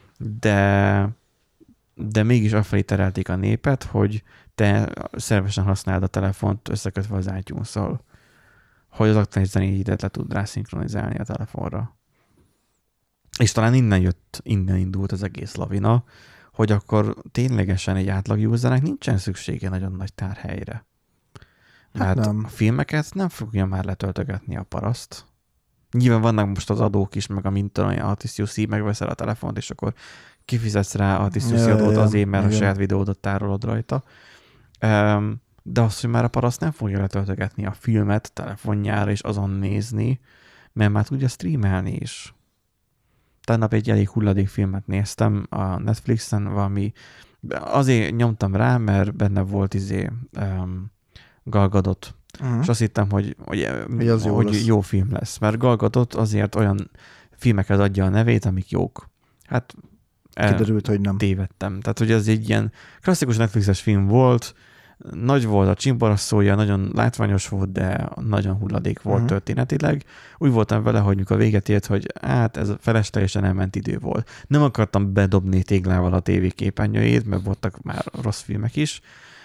de mégis afelé terelték a népet, hogy te szervesen használd a telefont összekötve az iTunes-szal, hogy az aktuális zenéidet le tud rá szinkronizálni a telefonra. És talán innen indult az egész lavina, hogy akkor ténylegesen egy átlag usernek nincsen szüksége nagyon nagy tárhelyre. Mert a filmeket nem fogja már letöltögetni a paraszt. Nyilván vannak most az adók is, meg a mintalai Artist UC, megveszel a telefont, és akkor kifizetsz rá Artist UC adót azért, mert a saját videódat tárolod rajta. De azt, hogy már a paraszt nem fogja letöltögetni a filmet telefonjára és azon nézni, mert már tudja streamelni is. Tegnap egy elég hulladék filmet néztem a Netflixen, valami, azért nyomtam rá, mert benne volt Gal Gadot. És azt hittem, hogy jó film lesz. Mert Gal Gadot azért olyan filmekhez adja a nevét, amik jók. Hát kiderült, hogy nem. Tévedtem. Tehát, hogy ez egy ilyen klasszikus Netflixes film volt, nagy volt a csimparasszója, nagyon látványos volt, de nagyon hulladék volt történetileg. Úgy voltam vele, hogy mikor véget ért, hogy hát ez feleslegesen elment idő volt. Nem akartam bedobni téglával a tévé képernyőjét, mert voltak már rossz filmek is,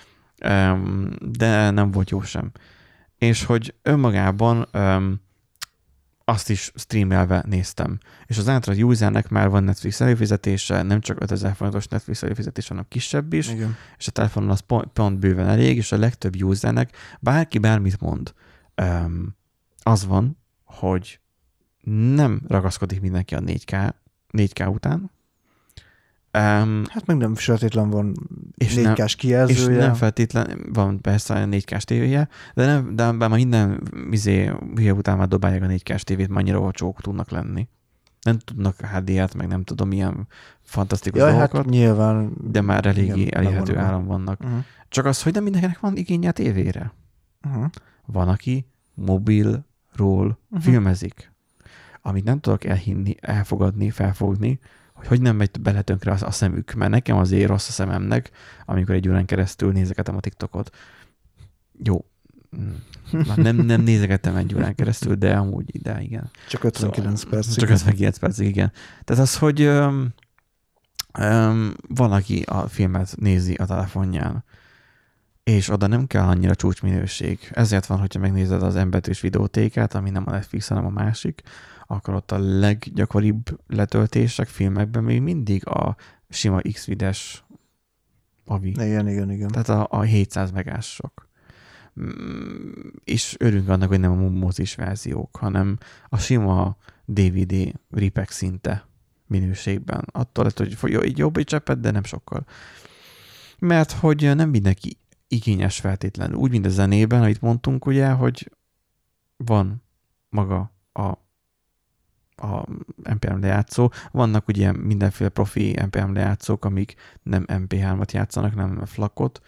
de nem volt jó sem. És hogy önmagában azt is streamelve néztem. És az átlag usernek már van Netflix előfizetése, nem csak 5000 forintos Netflix előfizetés, hanem kisebb is, Igen. és a telefonon az pont bőven elég, és a legtöbb usernek bárki bármit mond, az van, hogy nem ragaszkodik mindenki a 4K után. Hát meg nem feltétlen van 4K-s kijelzője. És nem feltétlen van persze a 4K-s tévéje, de már minden hülye után már dobálják a 4K-s tévét, annyira olcsók tudnak lenni. Nem tudnak HDR-t, meg nem tudom, milyen fantasztikus dolgokat. Hát nyilván. De már eléggé elérhető áron vannak. Csak az, hogy nem mindenkinek van igénye a tévére. Van, aki mobilról filmezik, amit nem tudok elhinni, elfogadni, felfogni, hogy nem megy bele tönkre a szemük, mert nekem azért rossz a szememnek, amikor egy órán keresztül nézegetem a TikTokot. Jó, nem nézegettem egy órán keresztül, de amúgy, de igen. Csak 59 percig. Csak 59 percig, igen. Tehát az, hogy van, aki a filmet nézi a telefonján, és oda nem kell annyira csúcsminőség. Ezért van, hogyha megnézed az M-betűs videótékát, ami nem a Netflix, hanem a másik, akkor ott a leggyakoribb letöltések filmekben még mindig a sima X-videós AVI. Igen. Tehát a 700 megások. És örülünk annak, hogy nem a mozis verziók, hanem a sima DVD ripek szinte minőségben. Attól lett, hogy jobb egy cseppet, de nem sokkal. Mert hogy nem mindenki igényes feltétlenül. Úgy, mint a zenében, amit mondtunk, ugye, hogy van maga a NPM lejátszó. Vannak ugye mindenféle profi NPM lejátszók, amik nem MP3-at játszanak, nem FLAC-ot,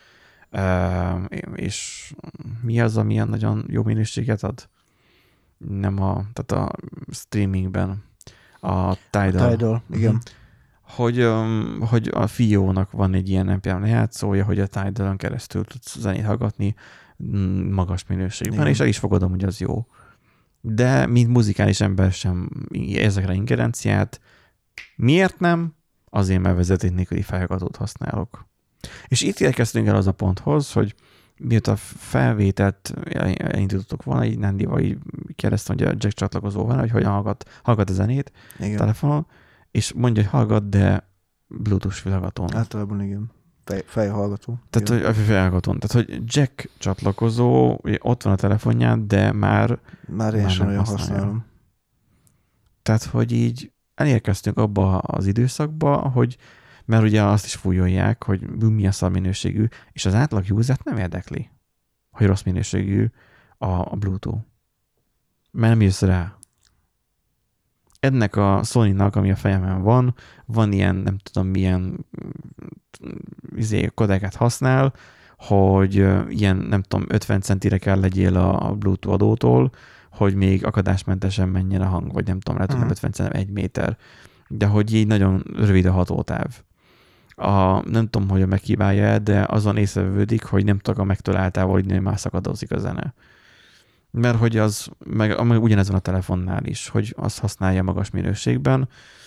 és mi az, ami nagyon jó minőséget ad? Tehát a streamingben a Tidal. Igen. Hogy a Fiónak van egy ilyen NPM lejátszója, hogy a Tidal-on keresztül tudsz zenét hallgatni magas minőségben, igen. És el is fogadom, hogy az jó. De mint muzikális ember sem ezekre ingerenciát. Miért nem? Azért, mert vezeték nélküli fejhallgatót használok. És itt érkeztünk el az a ponthoz, hogy miatt a felvételt elindítottuk volna, így Nandival így kérdeztem, hogy a jack csatlakozó van, hogy hogyan hallgat a zenét a telefonon, és mondja, hogy hallgat, de Bluetooth fülhallgatón. Általában igen. Fejhallgató. Tehát, hogy fejhallgatón. Tehát, hogy jack csatlakozó ott van a telefonján, de már én sem olyan használom. Tehát, hogy így elérkeztünk abba az időszakba, hogy mert ugye azt is fújolják, hogy mi a szar minőségű, és az átlag usert nem érdekli, hogy rossz minőségű a Bluetooth. Mert nem jössz rá. Ennek a Sony-nak, ami a fejemen van ilyen, nem tudom milyen kodeket használ, hogy ilyen, nem tudom, 50 centire kell legyél a Bluetooth adótól, hogy még akadásmentesen menjen a hang, vagy nem tudom, lehet, hogy 50 cent, 1 méter. De hogy így nagyon rövid a hatótáv. Nem tudom, hogy meghíválja, de azon észrevődik, hogy nem tudok a megtaláltával, hogy már szakadozik a zene. Mert hogy az, meg ugyanez van a telefonnál is, hogy azt használja magas minőségben.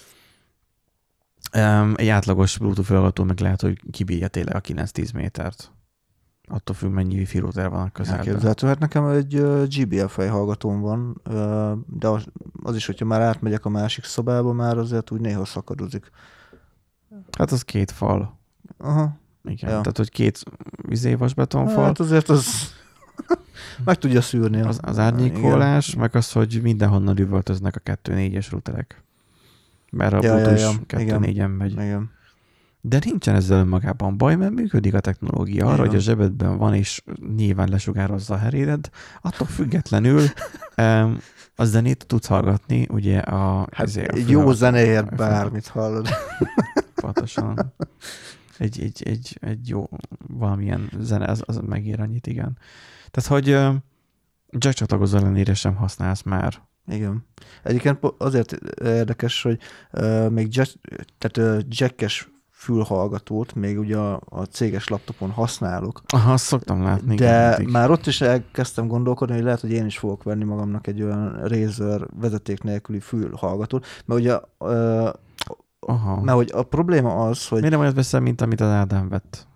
Egy átlagos Bluetooth felhallgató meg lehet, hogy kibírja tényleg a 9-10 métert. Attól függ, mennyi wifi router van a közelben. Elképzelhető. Hát nekem egy GBL fejhallgatóm van, de az is, hogyha már átmegyek a másik szobába, már azért úgy néha szakadozik. Hát az 2 fal. Aha. Igen, ja. Tehát, hogy 2 vasbetonfal. Hát azért az meg tudja szűrni. Az árnyékolás, igen. Meg az, hogy mindenhonnan üvöltöznek a 2.4-es routerek. Mert a Bluetooth is 2.4-en megy. Igen. De nincsen ezzel önmagában baj, mert működik a technológia. Arra, hogy a zsebedben van, és nyilván lesugározza a herédet, attól függetlenül a zenét tudsz hallgatni, ugye egy jó zenéért bármit hallod. Pontosan. Egy jó valamilyen zene, az megér annyit, igen. Tehát, hogy jack csatlakozó ellenére sem használsz már Igen. Egyébként azért érdekes, hogy még jackes fülhallgatót még ugye a céges laptopon használok. Aha, azt szoktam látni. De már ott is elkezdtem gondolkodni, hogy lehet, hogy én is fogok venni magamnak egy olyan Razer vezeték nélküli fülhallgatót, mert ugye mert hogy a probléma az, hogy... Miért nem olyat veszel, mint amit az Ádám vett?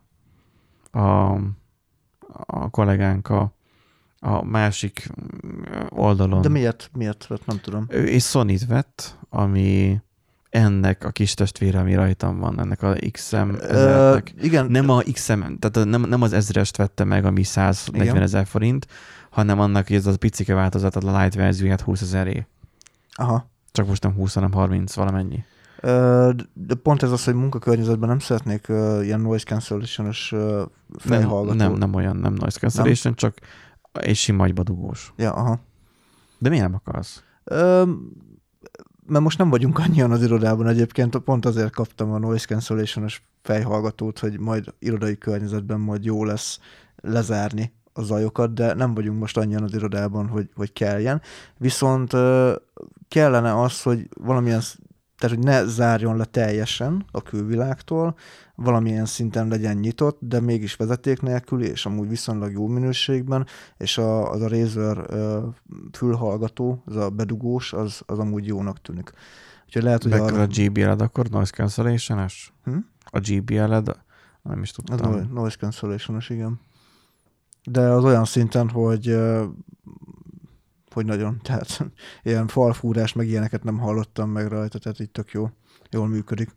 A kollégánk a másik oldalon. De miért vett? Nem tudom. Ő és Sony-t vett, ami ennek a kis testvére, ami rajtam van, ennek a XM1000-nek. Igen. Nem a XM, tehát nem az 1000-est vette meg, ami 140 000 forint, hanem annak, hogy ez a picike változat, a light verzióját 20 000-é. Aha. Csak most nem 20, hanem 30 valamennyi. De pont ez az, hogy munkakörnyezetben nem szeretnék ilyen noise cancellation-os fejhallgatót. Nem olyan, nem noise cancellation, csak egy sima agybadugós. Ja, aha. De miért nem akarsz? Mert most nem vagyunk annyian az irodában egyébként, pont azért kaptam a noise cancellation-os fejhallgatót, hogy majd irodai környezetben majd jó lesz lezárni a zajokat, de nem vagyunk most annyian az irodában, hogy kelljen. Viszont kellene az, hogy valamilyen, tehát hogy ne zárjon le teljesen a külvilágtól, valamilyen szinten legyen nyitott, de mégis vezeték nélküli, és amúgy viszonylag jó minőségben, és az a Razer fülhallgató, az a bedugós, az amúgy jónak tűnik. Úgyhogy lehet, hogy a JBL-ed akkor noise cancellation-es? A JBL-ed? Nem is tudtam. Az noise cancellation-es, igen. De az olyan szinten, hogy nagyon, tehát ilyen falfúrás, meg ilyeneket nem hallottam meg rajta, tehát így tök jól működik.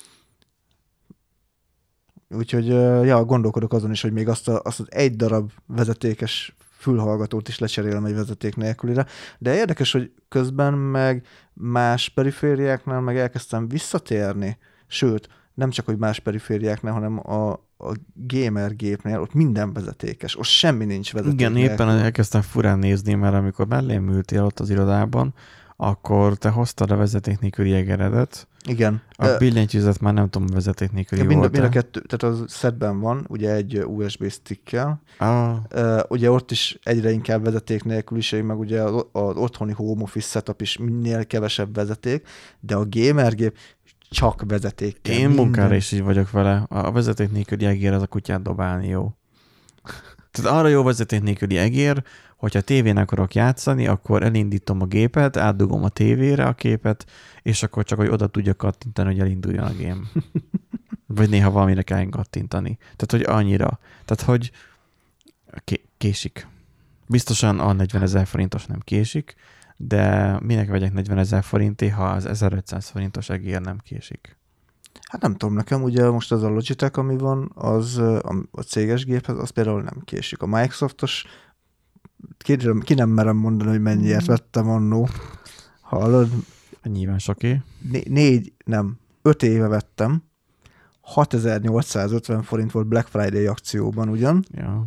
Úgyhogy gondolkodok azon is, hogy még azt az egy darab vezetékes fülhallgatót is lecserélem egy vezeték nélkülire. De érdekes, hogy közben meg más perifériáknál meg elkezdtem visszatérni, sőt, nem csak, hogy más perifériáknál, hanem a gamer gépnél ott minden vezetékes, ott semmi nincs vezeték. Igen, éppen elkezdtem furán nézni, mert amikor mellém ültél ott az irodában, akkor te hoztad a vezeték nélküli egeredet. Igen. A billentyűzet már nem tudom, vezeték nélküli volt. Mind a kettő, tehát az setben van, ugye egy USB stickkel. Ugye ott is egyre inkább vezeték nélküliség, meg ugye az otthoni home office setup is minél kevesebb vezeték, de a gamer gép csak vezetékkel. Én munkára is így vagyok vele. A vezeték nélküli egér az a kutyát dobálni jó. Tehát arra jó vezeték nélküli egér, hogyha tévén akarok játszani, akkor elindítom a gépet, átdugom a tévére a képet, és akkor csak, hogy oda tudja kattintani, hogy elinduljon a game. Vagy néha valamire kell kattintani. Tehát, hogy annyira. Tehát, hogy késik. Biztosan a 40 000 forintos nem késik, de minek vegyek 40 000 forintért, ha az 1500 forintos egér nem késik? Hát nem tudom, nekem ugye most az a Logitech, ami van, az a céges géphez, az például nem késik. A Microsoftos, ki nem merem mondani, hogy mennyiért vettem annó. Hallod? Nyilván soké. 5 éve vettem. 6850 forint volt Black Friday akcióban ugyan. Ja.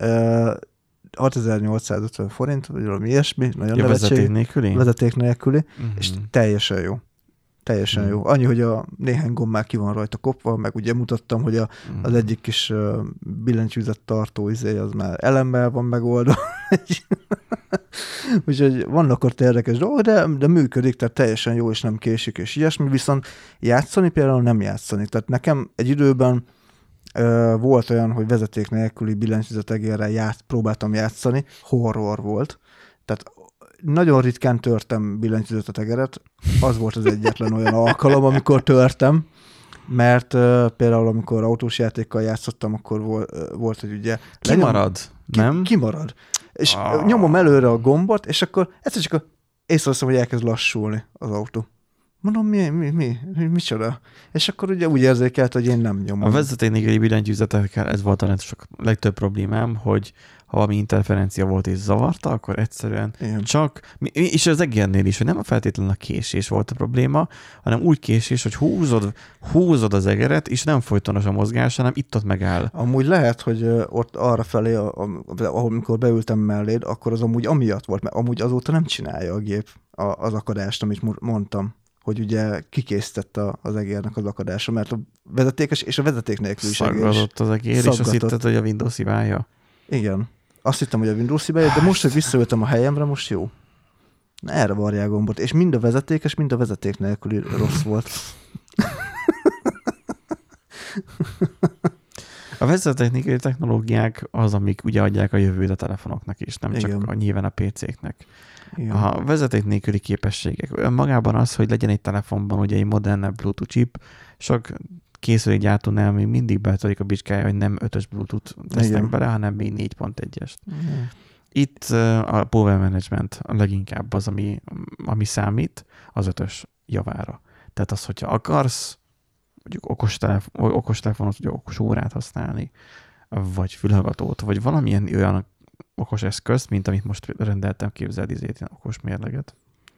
6850 forint, vagy valami ilyesmi, nagyon vezeték nélküli? Vezeték nélküli, és teljesen jó. Teljesen jó. Annyi, hogy a néhány gomb már ki van rajta kopva, meg ugye mutattam, hogy az egyik kis billentyűzet tartó az már elemmel van megoldva. Úgyhogy vannak ott érdekes dolgok, de működik, tehát teljesen jó, és nem késik, és ilyesmi. Viszont játszani például nem játszani. Tehát nekem egy időben volt olyan, hogy vezeték nélküli billentyűzet egérrel próbáltam játszani, horror volt. Tehát nagyon ritkán törtem billentyűzetet egeret, az volt az egyetlen olyan alkalom, amikor törtem, mert például amikor autós játékkal játszottam, akkor volt, hogy ugye... Kimarad, nem? Kimarad. És nyomom előre a gombot, és akkor egyszer csak észreveszem, hogy elkezd lassulni az autó. Mondom, micsoda? És akkor ugye úgy érzékelt, hogy én nem nyomom. A vezeték nélküli billentyűzetekkel ez volt a legtöbb problémám, hogy ha valami interferencia volt és zavarta, akkor egyszerűen csak, és az egérnél is, hogy nem feltétlenül a késés volt a probléma, hanem úgy késés, hogy húzod az egeret, és nem folytonos a mozgás, hanem itt-ott megáll. Amúgy lehet, hogy ott arrafelé, ahol mikor beültem melléd, akkor az amúgy amiatt volt, mert amúgy azóta nem csinálja a gép az akadást, amit mondtam, hogy ugye kikészítette az egérnek az akadása, mert a vezetékes és a vezeték nélkül is egér. Szaggatott az egér, és azt hitted, hogy a Windows hibája? Igen. Azt hittem, hogy a Windows hibája, de most, hogy visszaültem a helyemre, most jó. Erre varják gombot. És mind a vezetékes, mind a vezeték nélküli rossz volt. A vezetéknikai technológiák az, amik ugye adják a jövőt a telefonoknak is, nem Igen. csak nyilván a PC-knek. Igen. A vezeték nélküli képességek. Önmagában az, hogy legyen egy telefonban ugye egy modernebb Bluetooth chip, sok készülékgyártónál még mindig betörik a bicskája, hogy nem 5-ös Bluetooth tesznek bele, hanem még 4.1-est. Igen. Itt a power management a leginkább az, ami számít az 5-ös javára. Tehát az, hogyha akarsz mondjuk okostelefonot, vagy okos órát használni, vagy fülhallgatót, vagy valamilyen olyan okos eszközt, mint amit most rendeltem, képzeld, ilyen okos mérleget.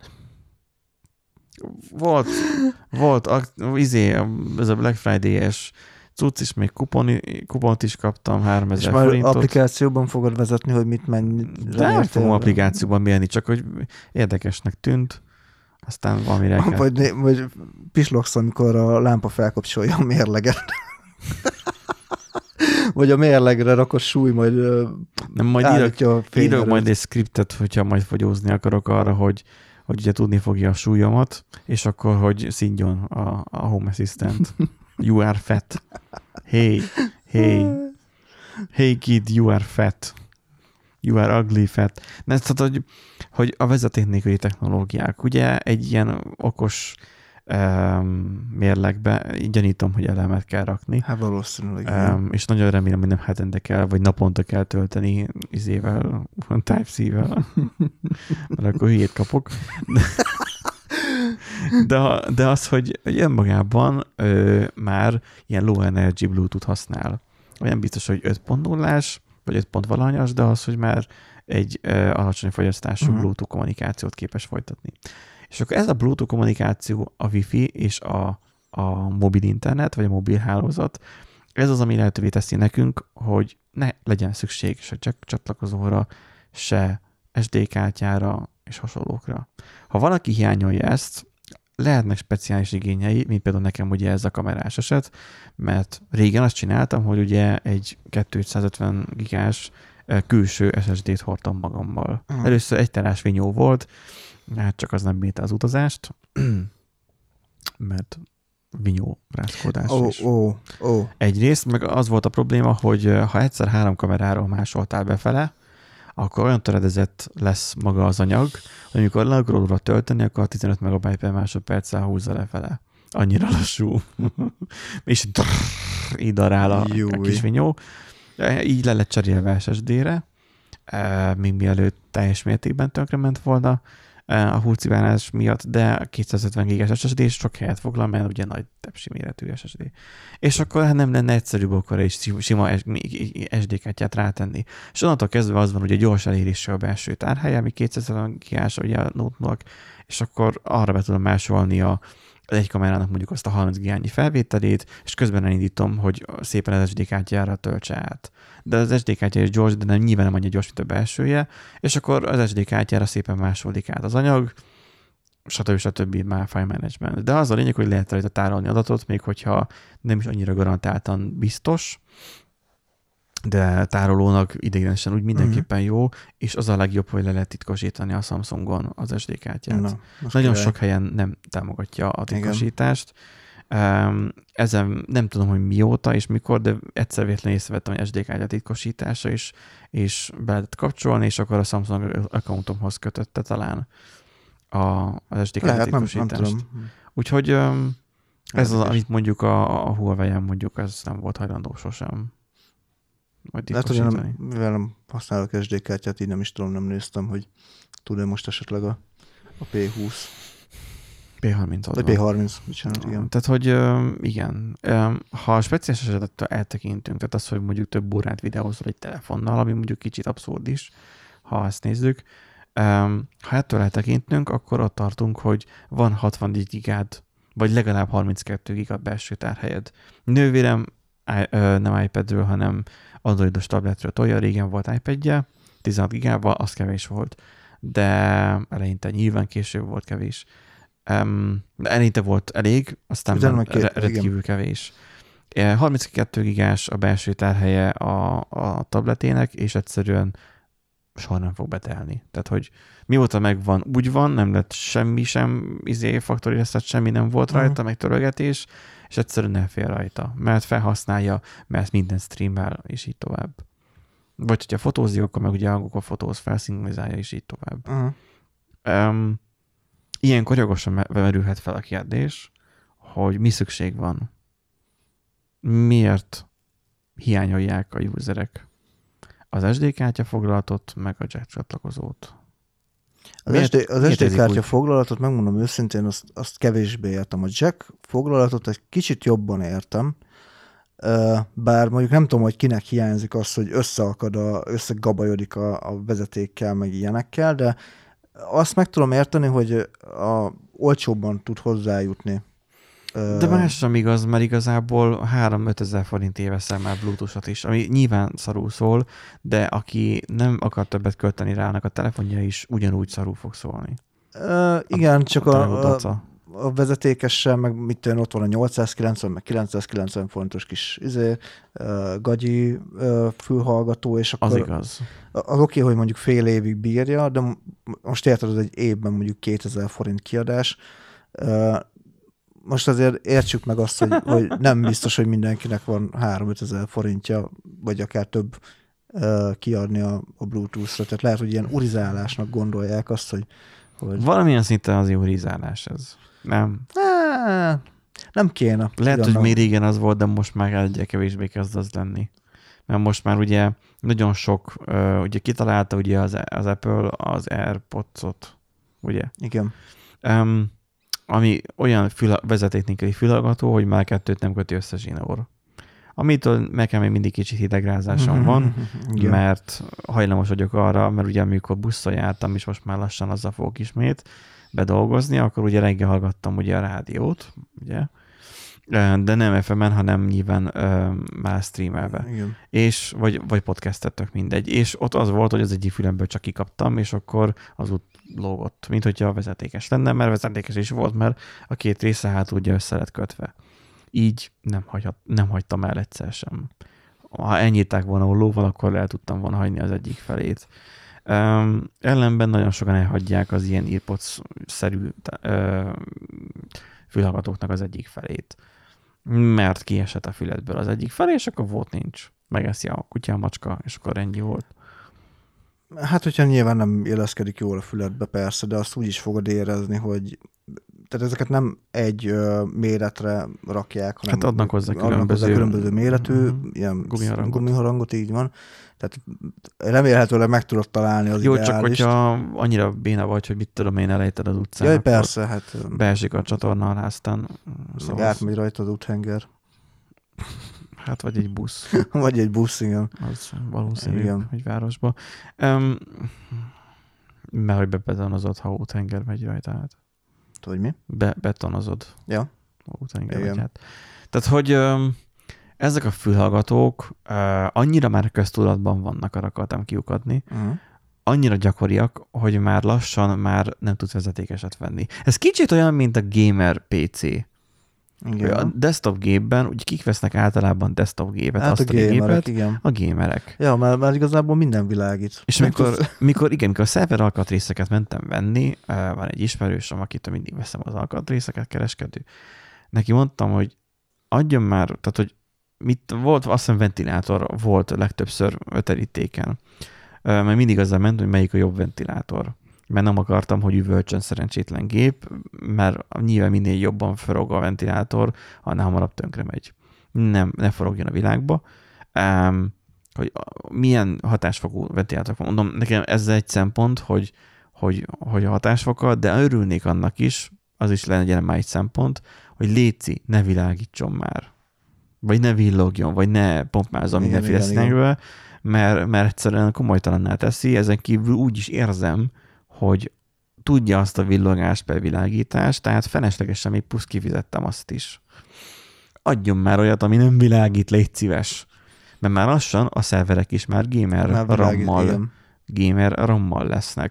Volt ez a Black Friday-es cucc is, még kupont is kaptam, 3000 forintot. És már forintot. applikációban fogod vezetni, hogy mit De nem fogom applikációban mérni, csak hogy érdekesnek tűnt, aztán valamire kell. Vagy pislogsz, amikor a lámpa felkapcsolja a mérleget. Vagy a mérlegre rakott súly majd nem, majd írok majd egy scriptet, hogyha majd fogyózni akarok arra, hogy ugye tudni fogja a súlyomat, és akkor, hogy szidjon a Home Assistant. You are fat. Hey kid, you are fat. You are ugly fat. Tehát, hogy a vezetéknélküli technológiák, ugye egy ilyen okos mérlegbe gyanítom, hogy elemet kell rakni. Hát valószínűleg. És nagyon remélem, hogy nem hetente kell, vagy naponta kell tölteni Type-C-vel. Mert akkor hülyét kapok. De az, hogy önmagában már ilyen low energy Bluetooth használ. Olyan biztos, hogy 5.0-ás, vagy 5 pont valahanyas, de az, hogy már egy alacsony fogyasztású Bluetooth kommunikációt képes folytatni. És akkor ez a Bluetooth kommunikáció, a Wi-Fi és a mobil internet, vagy a mobil hálózat, ez az, ami lehetővé teszi nekünk, hogy ne legyen szükség se csak csatlakozóra, se SD kártyára és hasonlókra. Ha valaki hiányolja ezt, lehetnek speciális igényei, mint például nekem ugye ez a kamerás eset, mert régen azt csináltam, hogy ugye egy 250 gigás külső SSD-t hordtam magammal. Először 1 terás vinyó volt, hát csak az nem bírta az utazást, mert vinyó rázkodás is. Egyrészt, meg az volt a probléma, hogy ha egyszer 3 kameráról másoltál befele, akkor olyan töredezett lesz maga az anyag, hogy amikor le akarod róla tölteni, akkor 15 MB per másodperccel húzza lefele. Annyira lassú. És így darál a kis vinyó. Így le lett cserélve SSD-re, még mielőtt teljes mértékben tönkrement volna a hurciválás miatt, de 250 gigás SSD sok helyet foglal, mert ugye nagy tepsi méretű SSD. És akkor nem lenne egyszerűbb akkor egy sima SD kártyát rátenni. És onnantól kezdve az van, hogy gyors elérésre a belső tárhelye, ami 250 gigás ugye a Note-nak, és akkor arra be tudom másolni az egy kamerának mondjuk azt a 30 gigányi felvételét, és közben elindítom, hogy szépen az SD kártyára töltse át. De az SD kártya is gyors, de nyilván nem annyira gyors, mint a belsője, és akkor az SD kártyára szépen második át az anyag, stb. Már file management. De az a lényeg, hogy lehet rajta tárolni adatot, még hogyha nem is annyira garantáltan biztos, de tárolónak ideiglenesen úgy mindenképpen jó, és az a legjobb, hogy le lehet titkosítani a Samsungon az SD kártyát. Nagyon sok helyen nem támogatja a titkosítást. Ezen nem tudom, hogy mióta és mikor, de egyszer véletlenül észrevettem, hogy SD kártya titkosítása is, és be lehetett kapcsolni, és akkor a Samsung accountomhoz kötötte talán az SD kártya titkosítást. Úgyhogy ez az, amit mondjuk a Huawei-en mondjuk, ez nem volt hajlandó sosem. Lehet, hogy mivel nem használok SD kártyát, így nem is tudom, nem néztem, hogy tud-e most esetleg a P20. P30 az vagy P30, bocsánat, igen. Tehát, hogy igen. Ha a speciális esetet eltekintünk, tehát az, hogy mondjuk több órát videózol egy telefonnal, ami mondjuk kicsit abszurd is, ha ezt nézzük, ha ettől eltekintünk, akkor ott tartunk, hogy van 64 gigád, vagy legalább 32 gigad belső tárhelyed. Nővérem nem iPadről, hanem androidos tabletről tolja, régen volt iPadje, 16 gigával, az kevés volt. De eleinte nyilván később volt kevés. De eleinte volt elég, aztán rendkívül kevés. 32 gigás a belső tárhelye a tabletének, és egyszerűen soha nem fog betelni. Tehát, hogy mióta megvan, úgy van, nem lett semmi sem, factory reset, semmi nem volt rajta, meg törögetés, és egyszerűen nem fél rajta, mert felhasználja, mert minden streamel, és így tovább. Vagy hogyha fotózik, akkor meg ugye a fotóz felszinkronizálja, és így tovább. Ilyenkor jogosan merülhet fel a kérdés, hogy mi szükség van. Miért hiányolják a userek az SD kártya foglalatot, meg a jack csatlakozót? Az SD kártya foglalatot, megmondom őszintén, azt kevésbé értem. A jack foglalatot egy kicsit jobban értem, bár mondjuk nem tudom, hogy kinek hiányzik az, hogy összegabajodik a vezetékkel, meg ilyenekkel, de azt meg tudom érteni, hogy olcsóbban tud hozzájutni. De más sem igaz, mert igazából 3-5 ezer forintért veszel már Bluetooth-ot is, ami nyilván szarul szól, de aki nem akar többet költeni rá, annak a telefonja is ugyanúgy szarul fog szólni. Igen, csak a vezetékessel, meg mit tudom, ott van a 890, meg 990 fontos kis gagyi fülhallgató, és akkor... Az igaz. Az oké, hogy mondjuk fél évig bírja, de most érted, hogy egy évben mondjuk 2000 forint kiadás. Most azért értsük meg azt, hogy nem biztos, hogy mindenkinek van 3-5 ezer forintja, vagy akár több kiadni a Bluetooth-ra. Tehát lehet, hogy ilyen urizálásnak gondolják azt, hogy valamilyen szinten az urizálás ez. Nem. Nem kéne. Lehet, hogy még régen az volt, de most már egyre kevésbé kezd az lenni. Mert most már ugye nagyon sok, ugye kitalálta ugye az Apple az AirPods-ot, ugye? Igen. Ami olyan vezeték nélküli fülhallgató, hogy már kettőt nem köti össze zsinór. Amitől nekem még mindig kicsit hidegrázásom van, mert hajlamos vagyok arra, mert ugye amikor busszal jártam, és most már lassan azzal fogok ismét bedolgozni, akkor ugye reggel hallgattam ugye a rádiót, ugye, de nem FM-en, hanem nyilván már streamelve. Igen. És, vagy podcastet, tök mindegy. És ott az volt, hogy az egyik fülemből csak kikaptam, és akkor az úgy lógott, mint hogyha vezetékes lenne, mert vezetékes is volt, mert a két része hát ugye össze lett kötve. Így nem hagytam el egyszer sem. Ha ennyitták volna lóval, akkor el tudtam volna hagyni az egyik felét. Ellenben nagyon sokan elhagyják az ilyen AirPods-szerű fülhallgatóknak az egyik felét. Mert kiesett a füledből az egyik felé, és akkor volt nincs. Megeszi a kutya, a macska, és akkor ennyi volt. Hát, hogyha nyilván nem éleszkedik jól a füledbe, persze, de azt úgy is fogod érezni, hogy tehát ezeket nem egy méretre rakják, hanem hát adnak hozzá különböző méretű, ilyen gumiharangot, így van. Tehát remélhetőleg meg tudod találni az ideális. Jó, csak hogyha annyira béna vagy, hogy mit tudom én, elejted az utcán. Jaj, persze, hát... Beesik a csatorna alá, aztán... Szóval átmegy rajta az úthenger. Hát, vagy egy busz. Vagy egy busz, igen. Az valószínű, hogy városba. Mert hogy bebetonozod, ha úthenger megy rajta át. Tudod mi? Betonozod. Ja. Úthenger megy át. Tehát, hogy ezek a fülhallgatók annyira már köztudatban vannak, arra akartam kiukadni, annyira gyakoriak, hogy már lassan már nem tudsz vezetékeset venni. Ez kicsit olyan, mint a gamer PC. Igen. A desktop gépben, ugye kik vesznek általában desktop gépet, hát asztali gépet? Igen. A gamerek. Ja, már igazából minden világít. És mikor a szerver alkatrészeket mentem venni, van egy ismerősöm, akitől mindig veszem az alkatrészeket, kereskedő. Neki mondtam, hogy adjon már, tehát hogy volt, azt hiszem ventilátor volt legtöbbször terítéken. Mert mindig azzal ment, hogy melyik a jobb ventilátor. Mert nem akartam, hogy üvölcsön szerencsétlen gép, mert nyilván minél jobban forog a ventilátor, annál hamarabb tönkre megy. Ne forogjon a világba. Hogy milyen hatásfokú ventilátor van. Mondom, nekem ez egy szempont, hogy a hatásfoka, de örülnék annak is, az is legyen már egy szempont, hogy léci, ne világítson már. Vagy ne villogjon, vagy ne pompázzon mindenféle színekbe, mert egyszerűen komolytalanná teszi. Ezen kívül úgy is érzem, hogy tudja azt a villogást per világítást, tehát feleslegesen még plusz kifizettem azt is. Adjon már olyat, ami nem világít, légy szíves. Mert már lassan a szerverek is már gamer RAM-mal lesznek.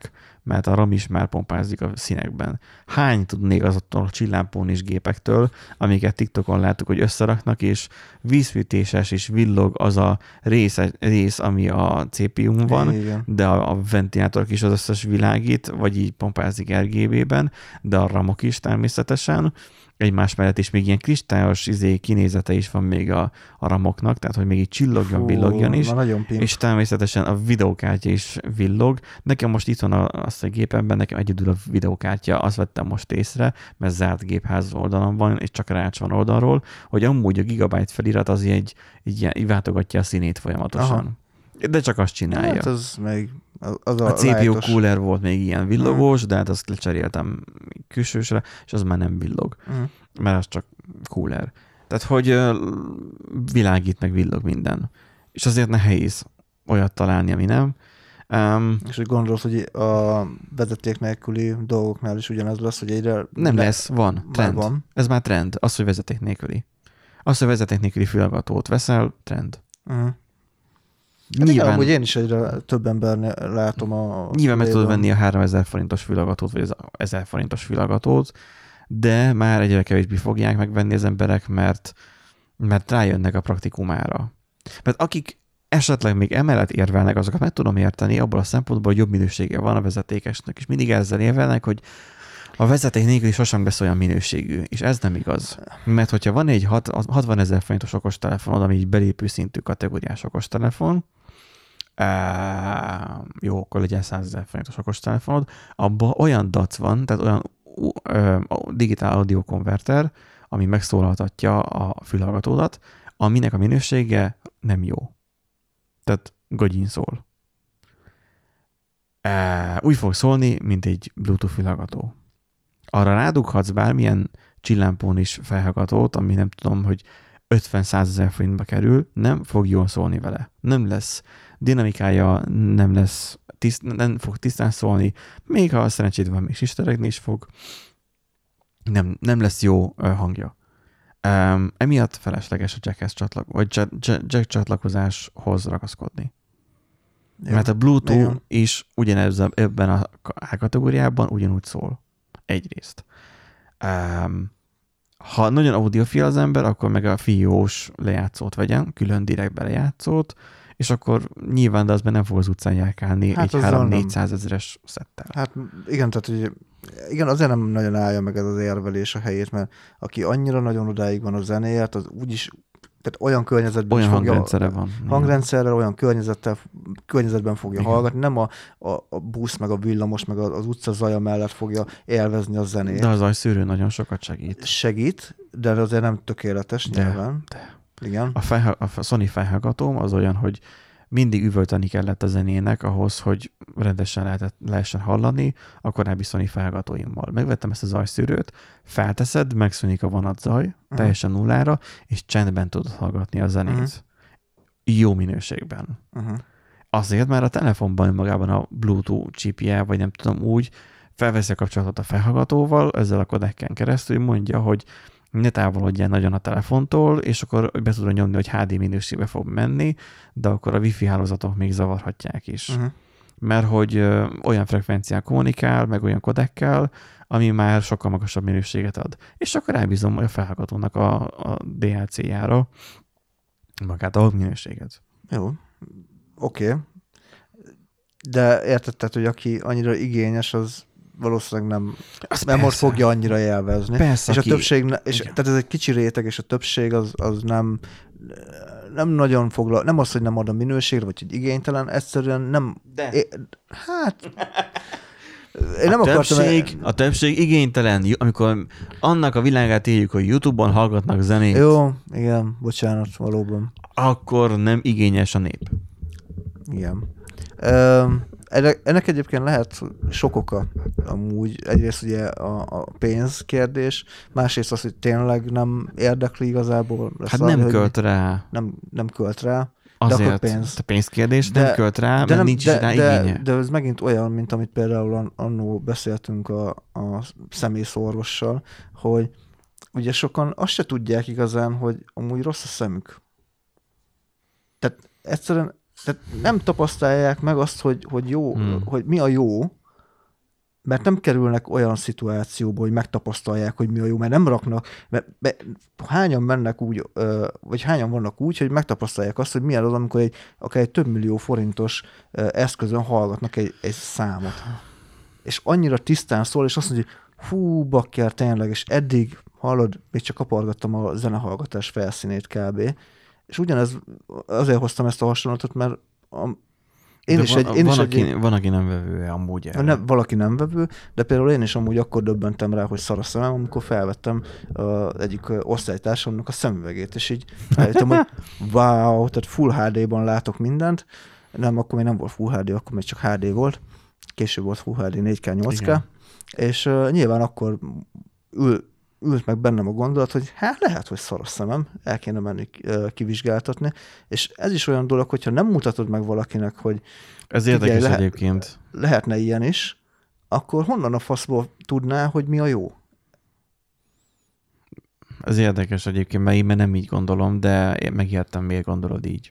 mert a RAM is már pompázik a színekben. Hány tudnék azoktól a csillámpónis gépektől, amiket TikTokon láttuk, hogy összeraknak, és vízfűtéses és villog az a rész, ami a CPU-n van, igen. de a ventilátorok is az összes világít, vagy így pompázik RGB-ben, de a RAM-ok is természetesen. Egymás mellett is még ilyen kristályos kinézete is van még a ramoknak, tehát hogy még így csillogjon, villogjon is, és természetesen a videókártya is villog. Nekem most itt van azt a gépemben, nekem egyedül a videókártya, azt vettem most észre, mert zárt gépház oldalon van, és csak rács van oldalról, hogy amúgy a gigabyte felirat az így váltogatja a színét folyamatosan. Aha. De csak azt csinálja. Hát az még a CPU cooler volt még ilyen villogós, de hát azt lecseréltem külsősre, és az már nem villog, mert az csak cooler. Tehát, hogy világít meg villog minden. És azért nehéz olyat találni, ami nem. És hogy gondolod, hogy a vezeték nélküli dolgoknál is ugyanez lesz, hogy egyre... Nem lesz, van, trend. Van. Ez már trend, az, hogy vezeték nélküli. Az, hogy vezeték nélküli fülhallgatót veszel, trend. Nyilván, amúgy én is egyre több embernél látom a... Nyilván meg tudod venni a 3000 forintos fülhallgatót, vagy az 1000 forintos fülhallgatót, de már egyre kevésbé fogják megvenni az emberek, mert rájönnek a praktikumára. Mert akik esetleg még emellett érvelnek, azokat meg tudom érteni, abból a szempontból, hogy jobb minősége van a vezetékesnek, és mindig ezzel érvelnek, hogy a vezeték nélkül sosem lesz olyan minőségű, és ez nem igaz. Mert hogyha van egy 60 000 forintos okostelefonod, ami így belépő szintű kategóriás okostelefon, jó, akkor legyen 100 000 forintos okostelefonod, abban olyan DAC van, tehát olyan digitál audio konverter, ami megszólaltatja a fülhallgatódat, aminek a minősége nem jó. Tehát gagyin szól. Úgy fog szólni, mint egy Bluetooth fülhallgató. Arra rádughatsz bármilyen csillámpón is felhallgatót, ami nem tudom, hogy 50-100 000 forintba kerül, nem fog jól szólni vele. Nem lesz dinamikája, nem fog tisztán szólni, még ha szerencséd van, még sisteregni is fog. Nem lesz jó hangja. Emiatt felesleges a jack csatlakozáshoz ragaszkodni. Jó. Mert a Bluetooth is ebben a kategóriában ugyanúgy szól. Egyrészt. Ha nagyon audiofil az ember, akkor meg a fiós lejátszót vegyen, külön direktbe lejátszót, és akkor nyilván, de azban nem fog az utcán járkálni egy 300-400 ezeres szettel. Hát igen, tehát hogy igen, azért nem nagyon állja meg ez az érvelés a helyét, mert aki annyira nagyon odáig van a zenéért, az úgyis tehát olyan környezetben olyan fogja... Hangrendszere van. Hangrendszerrel, olyan környezetben fogja hallgatni, nem a busz, meg a villamos, meg az utca zaja mellett fogja élvezni a zenét. De az zajszűrő nagyon sokat segít. Segít, de azért nem tökéletes nyilván. Igen. A Sony felhallgatóm az olyan, hogy mindig üvölteni kellett a zenének ahhoz, hogy rendesen lehessen hallani a korábbi Sony felhallgatóimmal. Megvettem ezt a zajszűrőt, felteszed, megszűnik a vonatzaj, teljesen nullára, és csendben tudod hallgatni a zenét. Jó minőségben. Azért, mert a telefonban magában a Bluetooth chipje, vagy nem tudom úgy, felveszi a kapcsolatot a felhallgatóval, ezzel a kodekken keresztül mondja, hogy ne távolodjál nagyon a telefontól, és akkor be tudod nyomni, hogy HD minőségbe fog menni, de akkor a Wi-Fi hálózatok még zavarhatják is. Mert hogy olyan frekvencián kommunikál, meg olyan kodekkel, ami már sokkal magasabb minőséget ad. És akkor elbízom a felhallgatónak a DLC-jára magát a minőséget. Jó, oké. De érted, tehát, hogy aki annyira igényes, az valószínűleg nem most fogja annyira élvezni. Persze, és a többség, tehát ez egy kicsi réteg, és a többség az nem nagyon foglal, nem az, hogy nem ad a minőségre, vagy hogy igénytelen, egyszerűen nem... De. Én nem a többség igénytelen, amikor annak a világát éljük, hogy YouTube-on hallgatnak zenét. Jó, igen, bocsánat, valóban. Akkor nem igényes a nép. Igen. Ennek egyébként lehet sok oka amúgy. Egyrészt ugye a pénzkérdés, másrészt az, hogy tényleg nem érdekli igazából. Hát nem költ rá. Nem költ rá. Azért de akkor a pénzkérdés nem költ rá, mert nincs rá igénye. De ez megint olyan, mint amit például annó beszéltünk a személyszorvossal, hogy ugye sokan azt se tudják igazán, hogy amúgy rossz a szemük. Tehát egyszerűen nem tapasztalják meg azt, hogy jó, hogy mi a jó, mert nem kerülnek olyan szituációba, hogy megtapasztalják, hogy mi a jó, mert nem raknak, mert hányan mennek úgy, vagy hányan vannak úgy, hogy megtapasztalják azt, hogy milyen az, amikor akár egy több millió forintos eszközön hallgatnak egy számot. És annyira tisztán szól, és azt mondja, hogy hú, bakker, tényleg, és eddig, hallod, még csak kapargattam a zenehallgatás felszínét kb. És ugyanez, azért hoztam ezt a hasonlatot, mert van, aki nem vevő amúgy erre. Valaki nem vevő, de például én is amúgy akkor döbbentem rá, hogy szar a szemem, amikor felvettem egyik osztálytársamnak a szemüvegét, és így eljöttem, hogy wow, tehát Full HD-ban látok mindent. Nem, akkor még nem volt Full HD, akkor még csak HD volt. Később volt Full HD 4K, 8K. Igen. És nyilván akkor ült meg bennem a gondolat, hogy hát lehet, hogy szar a szemem, el kéne menni kivizsgáltatni, és ez is olyan dolog, hogyha nem mutatod meg valakinek, hogy ez érdekes egyébként. Lehetne ilyen is, akkor honnan a faszból tudná, hogy mi a jó? Ez érdekes egyébként, mert én nem így gondolom, de én megértem, miért gondolod így.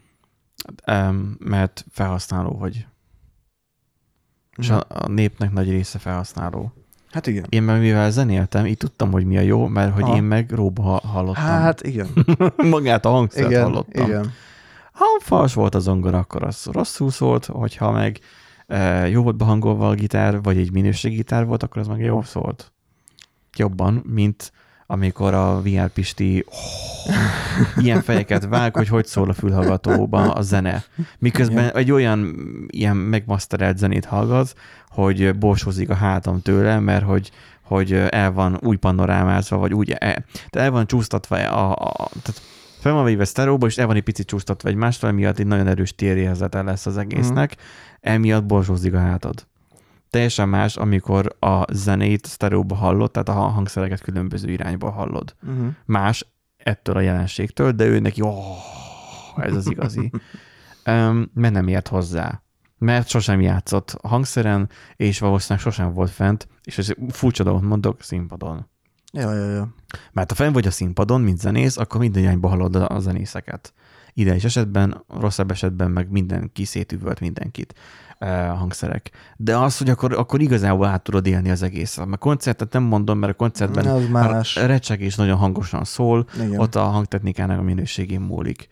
Mert felhasználó vagy. És a népnek nagy része felhasználó. Hát igen. Én meg mivel zenéltem, így tudtam, hogy mi a jó, mert hogy én meg róba hallottam. Hát igen. Magát a hangszert igen, hallottam. Igen. Ha fals volt a zongora, akkor az rosszul szólt, hogyha meg jó volt behangolva a gitár, vagy egy minőséggitár volt, akkor az meg jó szólt. Jobban, mint amikor a VR Pisti ilyen fejeket vág, hogy szól a fülhallgatóban a zene. Miközben egy olyan ilyen megmasterelt zenét hallgat, hogy borsózik a hátam tőle, mert hogy el van új panorámázva, vagy úgy, el van csúsztatva, tehát fel van véve sztereóba, és el van egy picit csúsztatva egymástól, emiatt egy nagyon erős térjérzete lesz az egésznek, emiatt borsózik a hátad. Teljesen más, amikor a zenét sztereóba hallod, tehát a hangszereket különböző irányba hallod. Más ettől a jelenségtől, de ő neki, ez az igazi. Mert nem ért hozzá. Mert sosem játszott a hangszeren, és valószínűleg sosem volt fent, és ez furcsa dolgot mondok, színpadon. Ja. Mert ha fenn vagy a színpadon, mint zenész, akkor minden irányba hallod a zenészeket. Ideális esetben, rosszabb esetben meg mindenki szétüvölt mindenkit a hangszerek. De az, hogy akkor igazából át tudod élni az egészet. Mert koncertet nem mondom, mert a koncertben a recsegés nagyon hangosan szól, igen. Ott a hangtechnikának a minőségén múlik.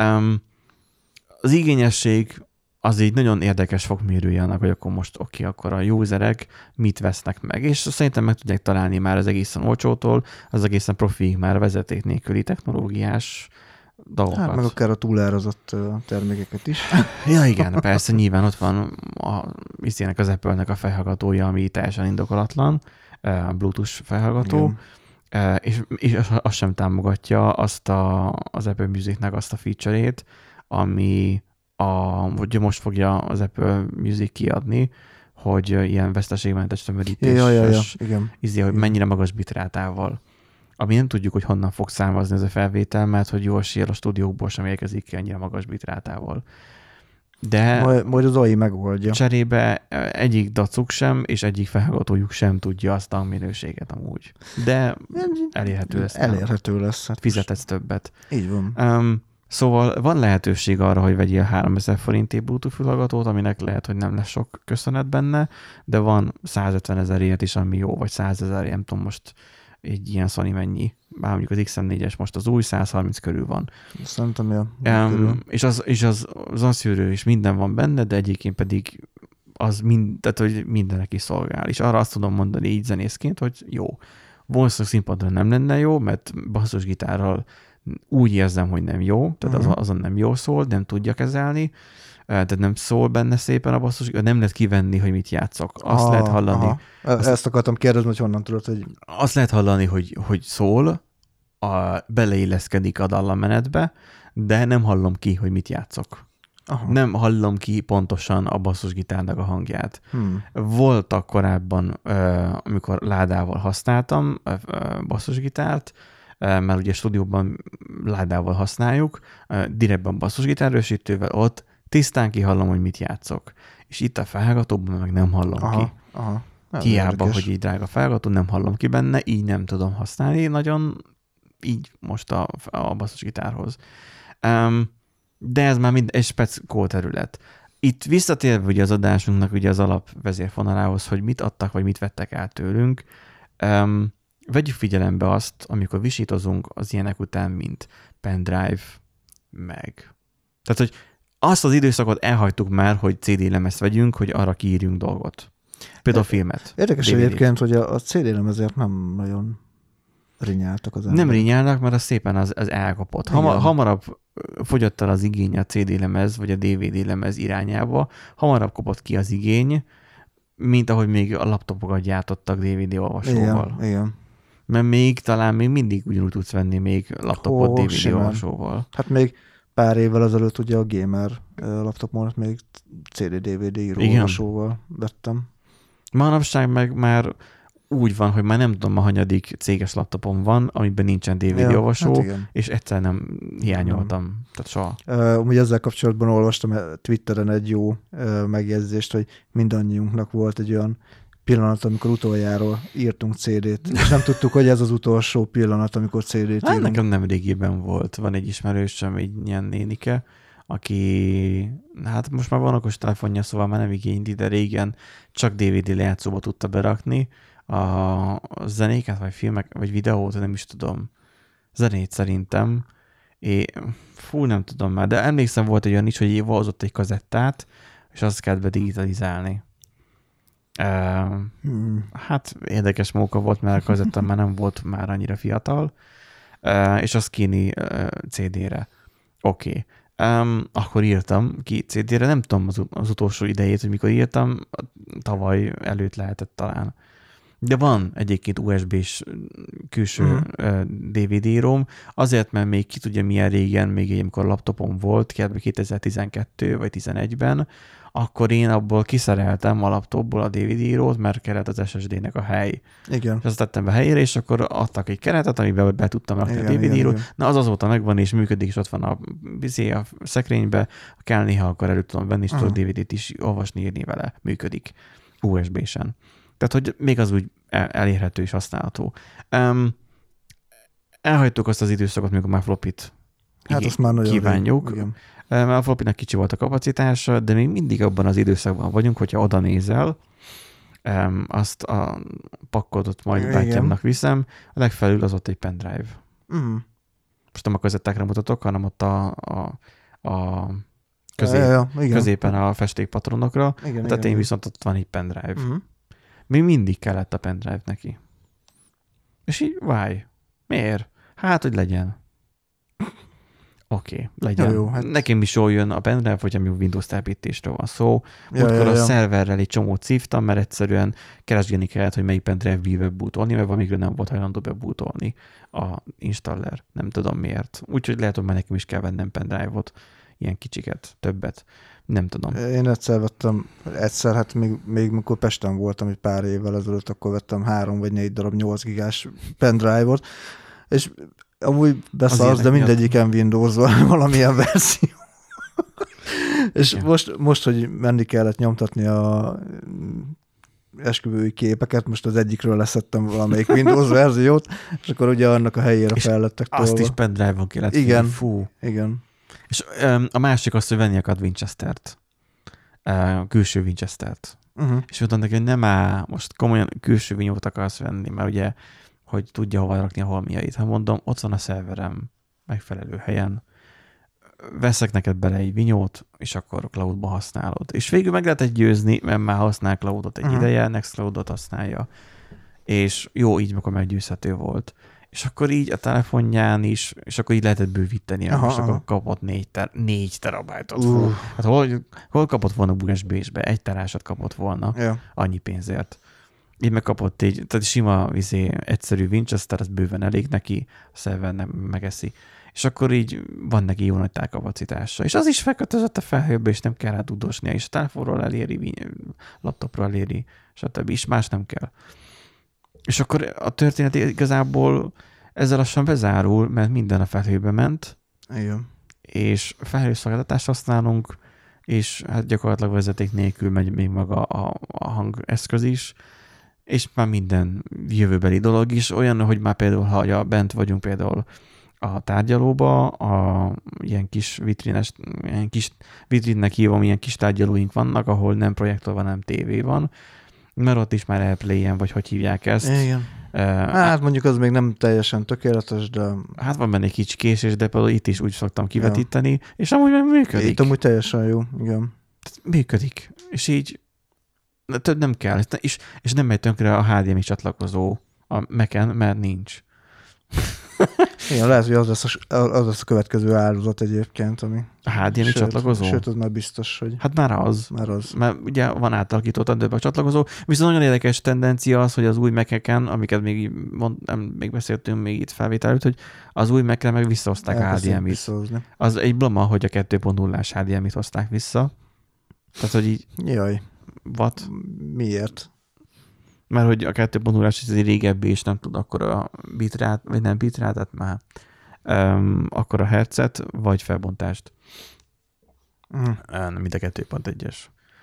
Az igényesség az így nagyon érdekes fokmérője annak, hogy akkor most akkor a userek mit vesznek meg. És szerintem meg tudják találni már az egészen olcsótól, az egészen profiig már vezeték nélküli technológiás dolgokat. Hát meg akár a túlárazott termékeket is. Ja igen, persze, nyilván ott van az Apple-nek a felhallgatója, ami teljesen indokolatlan, a Bluetooth felhallgató, és azt sem támogatja azt az Apple Music-nek azt a feature-ét, ami hogy most fogja az Apple Music kiadni, hogy ilyen veszteségmentes tömörítés, hogy mennyire magas bitrátával. Ami nem tudjuk, hogy honnan fog származni ez a felvétel, mert hogy jól sír a stúdiókból sem érkezik ki ennyire magas bitrátával. De majd az AI megoldja. Cserébe egyik dacuk sem, és egyik felhallgatójuk sem tudja azt a minőséget amúgy. De elérhető lesz. Elérhető lesz. Hát fizetsz többet. Így van. Szóval van lehetőség arra, hogy vegyél 3000 forintért Bluetooth fülhallgatót, aminek lehet, hogy nem lesz sok köszönet benne, de van 150 000 is, ami jó, vagy 100 000, nem tudom most egy ilyen Sony mennyi. Bár mondjuk az XM4-es most az új 130 körül van. Szerintem, és az asszűrő is minden van benne, de egyébként pedig tehát, hogy mindennek is szolgál. És arra azt tudom mondani így zenészként, hogy jó. Valószínűleg színpadon nem lenne jó, mert basszusgitárral úgy érzem, hogy nem jó, tehát azon nem jól szól, nem tudja kezelni, tehát nem szól benne szépen a basszus, nem lehet kivenni, hogy mit játszok. Azt lehet hallani. Ezt akartam kérdezni, hogy honnan tudod, hogy... Azt lehet hallani, hogy szól, beleilleszkedik a dallammenetbe, de nem hallom ki, hogy mit játszok. Aha. Nem hallom ki pontosan a basszusgitárnak a hangját. Voltak korábban, amikor ládával használtam basszusgitárt, mert ugye stúdióban ládával használjuk, direktben basszusgitárrősítővel, ott tisztán kihallom, hogy mit játszok. És itt a felhallgatóban meg nem hallom ki. Hiába, hogy így drága felhallgató, nem hallom ki benne, így nem tudom használni nagyon, így most a basszusgitárhoz. De ez már egy speckó terület. Itt visszatérve ugye az adásunknak ugye az alapvezérfonalához, hogy mit adtak, vagy mit vettek át tőlünk, vegyük figyelembe azt, amikor visítozunk az ilyenek után, mint pendrive, meg. Tehát, hogy azt az időszakot elhagytuk már, hogy CD lemezt vegyünk, hogy arra kiírjunk dolgot. Például filmet. Érdekes egyébként, hogy a CD lemezért nem nagyon rinyáltak az emberek. Nem rinyálnak, mert az szépen az elkapott. Hamarabb fogyott el az igény a CD lemez, vagy a DVD lemez irányába, hamarabb kopott ki az igény, mint ahogy még a laptopokat gyártottak DVD olvasóval. Igen. Mert talán még mindig ugyanúgy tudsz venni még laptopot DVD olvasóval. Hát még pár évvel ezelőtt ugye a gamer laptopon még CD-DVD író-olvasóval vettem. Manapság meg már úgy van, hogy már nem tudom, a hanyadik céges laptopom van, amiben nincsen DVD olvasó, hát és egyszer nem hiányoltam. Tehát soha. Ugye ezzel kapcsolatban olvastam Twitteren egy jó megjegyzést, hogy mindannyiunknak volt egy olyan pillanat, amikor utoljára írtunk CD-t, és nem tudtuk, hogy ez az utolsó pillanat, amikor CD-t írunk. Nekem nem régiben volt. Van egy ismerősöm, egy ilyen nénike, aki, hát most már van okos telefonja, szóval már nem igényli, de régen csak DVD lejátszóba tudta berakni a zenéket, vagy filmek, vagy videót, nem is tudom. Zenét szerintem. Nem tudom már, de emlékszem, volt egy olyan is, hogy hozott egy kazettát, és azt kellett be digitalizálni. Hát érdekes móka volt, mert a kazetta már nem volt már annyira fiatal, és azt kéni CD-re. Oké. Akkor írtam ki CD-re, nem tudom az utolsó idejét, hogy mikor írtam, tavaly előtt lehetett talán. De van egyébként USB-s külső DVD-rom, azért, mert még ki tudja milyen régen, még amikor laptopom volt, 2012 vagy 2011-ben, akkor én abból kiszereltem a laptopból a DVD-írót, mert kellett az SSD-nek a hely. Igen. És azt tettem be helyére, és akkor adtak egy keretet, amiben be tudtam rakni a DVD-írót. Na az azóta megvan, és működik, és ott van a szekrénybe, kell néha, akkor elő tudom venni, és tudok DVD-t is olvasni, írni vele. Működik USB-sen. Tehát, hogy még az úgy elérhető és használható. Elhagytuk azt az időszakot, mikor már flopit kívánjuk. Mert a flopinak kicsi volt a kapacitása, de még mindig abban az időszakban vagyunk, hogyha oda nézel, azt a pakkodot majd bátyámnak viszem, a legfelül az ott egy pendrive. Most nem a kazettákra mutatok, hanem ott a középen a festékpatronokra, tehát én viszont ott van egy pendrive. Még mindig kellett a pendrive neki. És így, miért? Hát, hogy legyen. Oké, legyen. Jó, hát... Nekem is jól jön a pendrive, hogyha mi Windows telepítésről van szó. Akkor a szerverrel egy csomót szívtam, mert egyszerűen keresgélni kellett, hogy melyik pendrive-bil bebootolni, mert valamikor nem volt hajlandó bebootolni a installer. Nem tudom miért. Úgyhogy lehet, hogy már nekem is kell vennem pendrive-ot, ilyen kicsiket, többet. Nem tudom. Én hát még mikor Pesten voltam egy pár évvel ezelőtt, akkor vettem 3 vagy 4 darab 8 gigás pendrive-ot, és amúgy beszarsz, de mindegyiken Windows valamilyen verzió. És most, hogy menni kellett nyomtatni a esküvői képeket, most az egyikről leszettem valamelyik Windows verziót, és akkor ugye annak a helyére fellettek tolva. Azt is pendrive-on kellett. Igen. Fú. Igen. És a másik az, hogy venni akad Winchester-t. Külső Winchester-t. És mondtam neki, hogy nem most komolyan külső vinyót akarsz venni, mert ugye hogy tudja hova rakni a holmiait. Ha mondom, ott van a szerverem megfelelő helyen, veszek neked bele egy vinyót, és akkor cloudba használod. És végül meg lehetett győzni, mert már használ cloudot egy ideje, Nextcloudot használja. És jó, így akkor meggyőzhető volt. És akkor így a telefonján is, és akkor így lehetett bővíteni, és akkor kapott 4 terabájtot. Hát hol kapott volna USB-sbe? 1 terásat kapott volna annyi pénzért. Így megkapott tehát sima egyszerű Winchester, az bőven elég neki, a szerver nem megeszi. És akkor így van neki jó nagy tárkapacitása. És az is felkötözött a felhőbe, és nem kell rá tudósnia, és a telefonról eléri, laptopról eléri, stb. És más nem kell. És akkor a történet igazából ezzel lassan bezárul, mert minden a felhőbe ment. Igen. És felhőszolgáltatást használunk, és hát gyakorlatilag vezeték nélkül megy még maga a hangeszköz is, és már minden jövőbeli dolog is olyan, hogy már például, ha bent vagyunk például a tárgyalóba, ilyen kis vitrinnek hívom, ilyen kis tárgyalóink vannak, ahol nem projektor van, nem tévé van, mert ott is már AirPlay-en, vagy hogy hívják ezt. Igen. Hát mondjuk az még nem teljesen tökéletes, de... Hát van benne egy kicsi késés, de például itt is úgy szoktam kivetíteni, és amúgy már működik. Itt amúgy teljesen jó, igen. Működik. És így több nem kell. És nem megy tönkre a HDMI csatlakozó a Mac-en, mert nincs. Igen, lehet, hogy az lesz a következő áldozat egyébként, ami... A HDMI csatlakozó? Sőt, az már biztos, hogy... Hát már az. Mert ugye van átalakítottan több a csatlakozó. Viszont nagyon érdekes tendencia az, hogy az új Mac-eken, amiket még beszéltünk még itt felvételült, hogy az új Mac-re meg visszahozták a HDMI-t. Az egy blama, hogy a 2.0-ás HDMI-t hozták vissza. Tehát, hogy így... Jaj. What? Miért? Mert hogy a 2.0-ás egy régebbi, és nem tud akkor a bitrát, vagy nem bitrátát már, akkor a hercet, vagy felbontást. Mint a 2.1-es.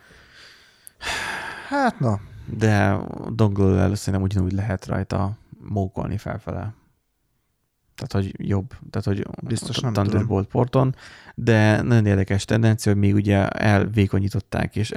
Hát na. De dongle-el szerintem ugyanúgy lehet rajta mókolni felfele. Tehát, hogy jobb. Tehát, hogy biztos a Thunderbolt porton. De nagyon érdekes tendencia, hogy még ugye elvékonyították, és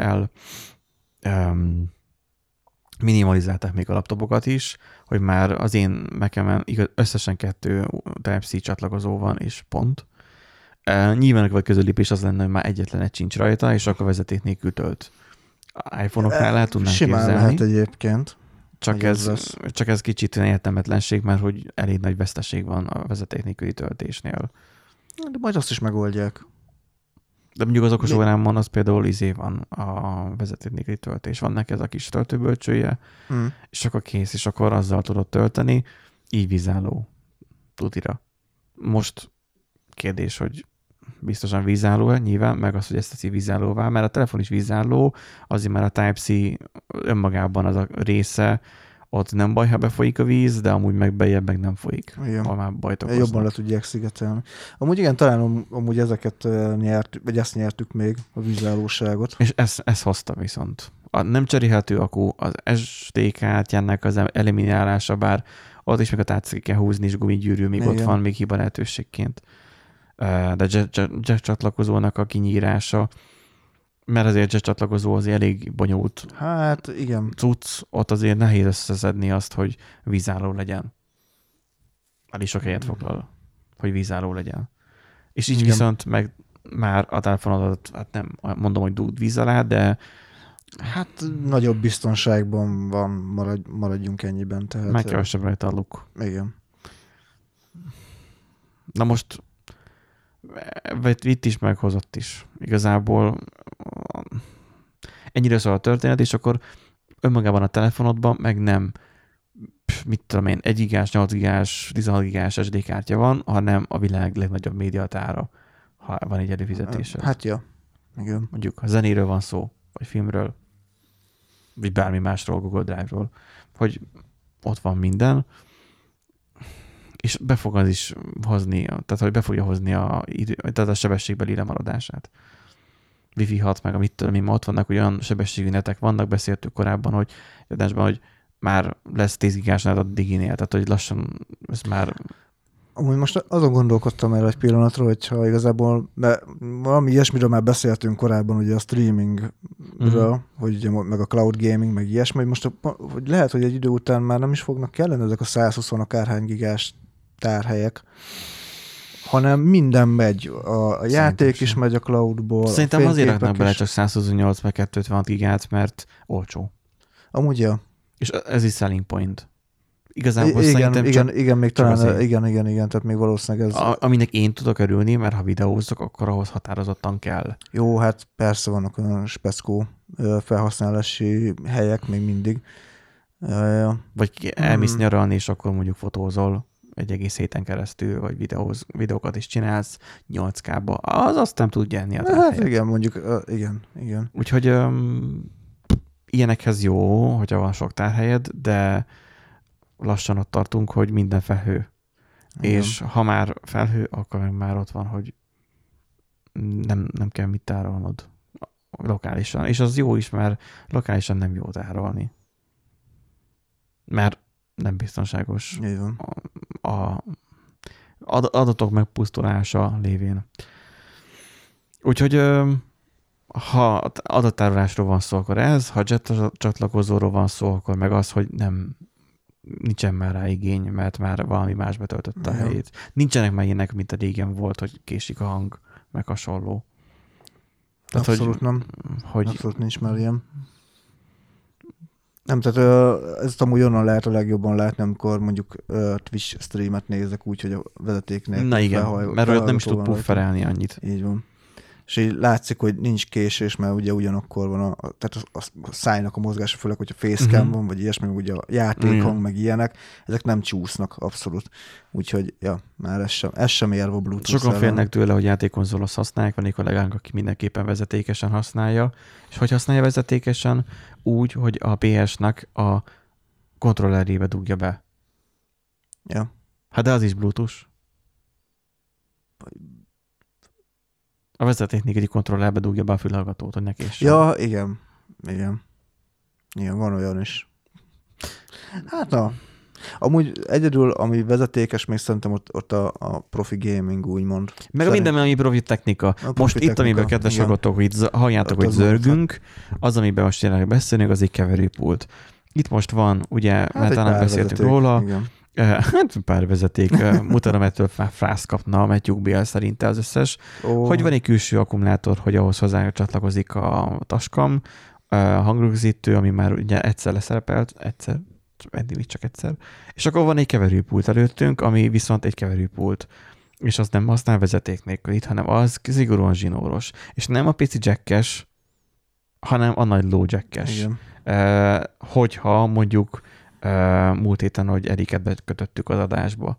minimalizálták még a laptopokat is, hogy már az én Mac-emen összesen 2 Type-C csatlakozó van, és pont. Nyilván a következő lépés az lenne, hogy már egyetlen egy sincs rajta, és akkor vezeték nélkül tölt. iPhone-oknál el tudnánk simán képzelni. Lehet egyébként. Csak ez kicsit értelmetlenség, mert hogy elég nagy veszteség van a vezeték nélküli töltésnél. De majd azt is megoldják. De mondjuk az okos órámon az például van a vezeték nélküli töltés. Van neki ez a kis töltőbölcsője, és akkor kész, és akkor azzal tudod tölteni, így vízálló tudira. Most kérdés, hogy biztosan vízálló-e, nyilván, meg az, hogy ezt teszi vízállóvá, mert a telefon is vízálló, azért már a Type-C önmagában az a része, ott nem baj, ha befolyik a víz, de amúgy meg bejebb meg nem folyik. Igen. Ha már bajt okoznak. Jobban le tudják szigetelni. Amúgy igen, talán amúgy ezeket vagy ezt nyertük még, a vízállóságot. És ezt hozta viszont. A nem cserélhető akku, az SD kártyának az eliminálása, bár ott is meg a tárcát kell húzni, és gumigyűrű még igen. Ott van még hiba lehetőségként. De jack csatlakozónak a kinyírása, mert azért jack csatlakozó azért elég bonyolult. Hát igen. Cucc, ott azért nehéz összeszedni azt, hogy vízálló legyen. Elég sok helyet foglal, hogy vízálló legyen. És így igen. Viszont meg már a telefonodat, hát nem mondom, hogy dugd víz alá, de hát nagyobb biztonságban van, maradjunk ennyiben. Tehát meg kevesebb rajta a luk. Igen. Na most itt is meghozott is. Igazából ennyire szól a történet, és akkor önmagában a telefonodban meg nem mit tudom én, 1 gigás, 8 gigás, 16 gigás SD kártya van, hanem a világ legnagyobb médiatára, ha van egy előfizetésed. Hát ja, igen. Mondjuk, ha zenéről van szó, vagy filmről, vagy bármi másról, Google Drive-ról, hogy ott van minden, és be fog az is hozni, tehát hogy be fogja hozni tehát a sebességbeli lemaradását. Wi-Fi 6 meg amit tudom én, ott vannak, olyan sebességű netek vannak, beszéltük korábban, hogy már lesz 10 gigás net a Diginél, tehát hogy lassan ez már... Amúgy most azon gondolkodtam el egy pillanatra, hogyha igazából, mert valami ilyesmiről már beszéltünk korábban, ugye a streamingről, hogy ugye meg a cloud gaming, meg ilyesmi, hogy most hogy lehet, hogy egy idő után már nem is fognak kellene ezek a 120 akárhány gigás tárhelyek, hanem minden megy. A játék is megy a cloudból. Szerintem azért raknak bele csak 128 meg 256 gigát, mert olcsó. Amúgy ja. És ez is selling point. Igazából igen, még talán, igen, tehát még valószínűleg ez... Aminek én tudok örülni, mert ha videózok, akkor ahhoz határozottan kell. Jó, hát persze vannak olyan speckó felhasználási helyek még mindig. Vagy elmész nyaralni, és akkor mondjuk fotózol egy egész héten keresztül, vagy videókat is csinálsz 8K-ba. Az azt nem tud nyerni a tárhelyet. Hát igen, mondjuk, igen. Úgyhogy ilyenekhez jó, hogyha van sok tárhelyed, de lassan ott tartunk, hogy minden felhő. Igen. És ha már felhő, akkor meg már ott van, hogy nem kell mit tárolnod lokálisan. És az jó is, mert lokálisan nem jó tárolni. Mert nem biztonságos. adatok megpusztulása lévén. Úgyhogy ha adattárolásról van szó, akkor ez, ha jet csatlakozóról van szó, akkor meg az, hogy nincsen már rá igény, mert már valami más betöltötte a helyét. Nincsenek már ilyenek, mint a régen volt, hogy késik a hang, meg hasonló. Tehát, abszolút nem. Abszolút nincs már ilyen. Nem, tehát ezt amúgy onnan lehet a legjobban látni, amikor mondjuk Twitch streamet nézek úgy, hogy a vezetéknek... Na igen, mert olyat nem is tud pufferelni annyit. Így van. És így látszik, hogy nincs késés, mert ugye ugyanakkor van tehát a szájnak a mozgása, főleg, hogyha facecam van, vagy ilyesmi, ugye a játékhang, meg ilyenek, ezek nem csúsznak abszolút. Úgyhogy, ja, már ez sem érve a Bluetooth. Sokan félnek tőle, hogy játékkonzolos használják, van egy kollégánk, aki mindenképpen vezetékesen használja, és hogy használja vezetékesen? Úgy, hogy a PS-nek a kontrollerébe dugja be. Ja. Hát de az is Bluetooth. A vezetéknek egy kontrollerbe dugja be a fülhallgatót, hogy ne késsen. Ja, igen. Igen, van olyan is. Hát na. Amúgy egyedül, ami vezetékes, még szerintem ott a profi gaming, úgymond. Meg a minden, ami profi technika. Most itt, amiben kedves hallgatók, hogy halljátok, hogy zörgünk, az, amiben most jelenleg beszélünk, az egy keverőpult. Itt most van, ugye, mert talán beszéltünk róla, igen. Hát pár vezeték, mutatom, ettől frász kapna a Matthew Bale szerinte az összes. Hogy van egy külső akkumulátor, hogy ahhoz hozzá csatlakozik a taskam, hangrögzítő, ami már ugye egyszer leszerepelt, eddig csak egyszer, és akkor van egy keverőpult előttünk, ami viszont egy keverőpult, és az nem használ vezeték nélkül itt, hanem az szigorúan zsinóros, és nem a pici jackes, hanem a nagy low jackes. Hogyha mondjuk múlt héten, hogy Eriket bekötöttük az adásba.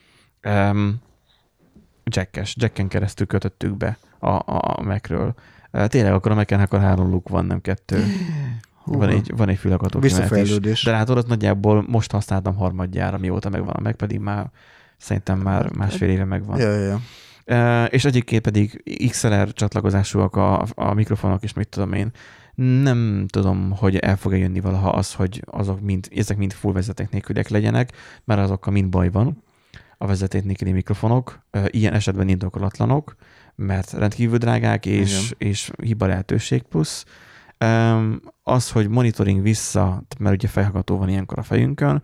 Jacken keresztül kötöttük be a Mac-ről. Tényleg akkor a Mac-en akkor 3 luk van, nem 2. Van egy fülhallgató kimenet is. De látod, az nagyjából most használtam harmadjára, mióta megvan a Mac, pedig már szerintem már másfél éve megvan. Ja. És egyébként pedig XLR csatlakozásúak a mikrofonok, és mit tudom én. Nem tudom, hogy el fog jönni valaha az, hogy ezek mind full vezeték nélküliek legyenek, mert azokkal mind baj van. A vezeték nélküli mikrofonok ilyen esetben indokolatlanok, mert rendkívül drágák, és hiba lehetőség plusz. Az, hogy monitoring vissza, mert ugye fejhallgató van ilyenkor a fejünkön,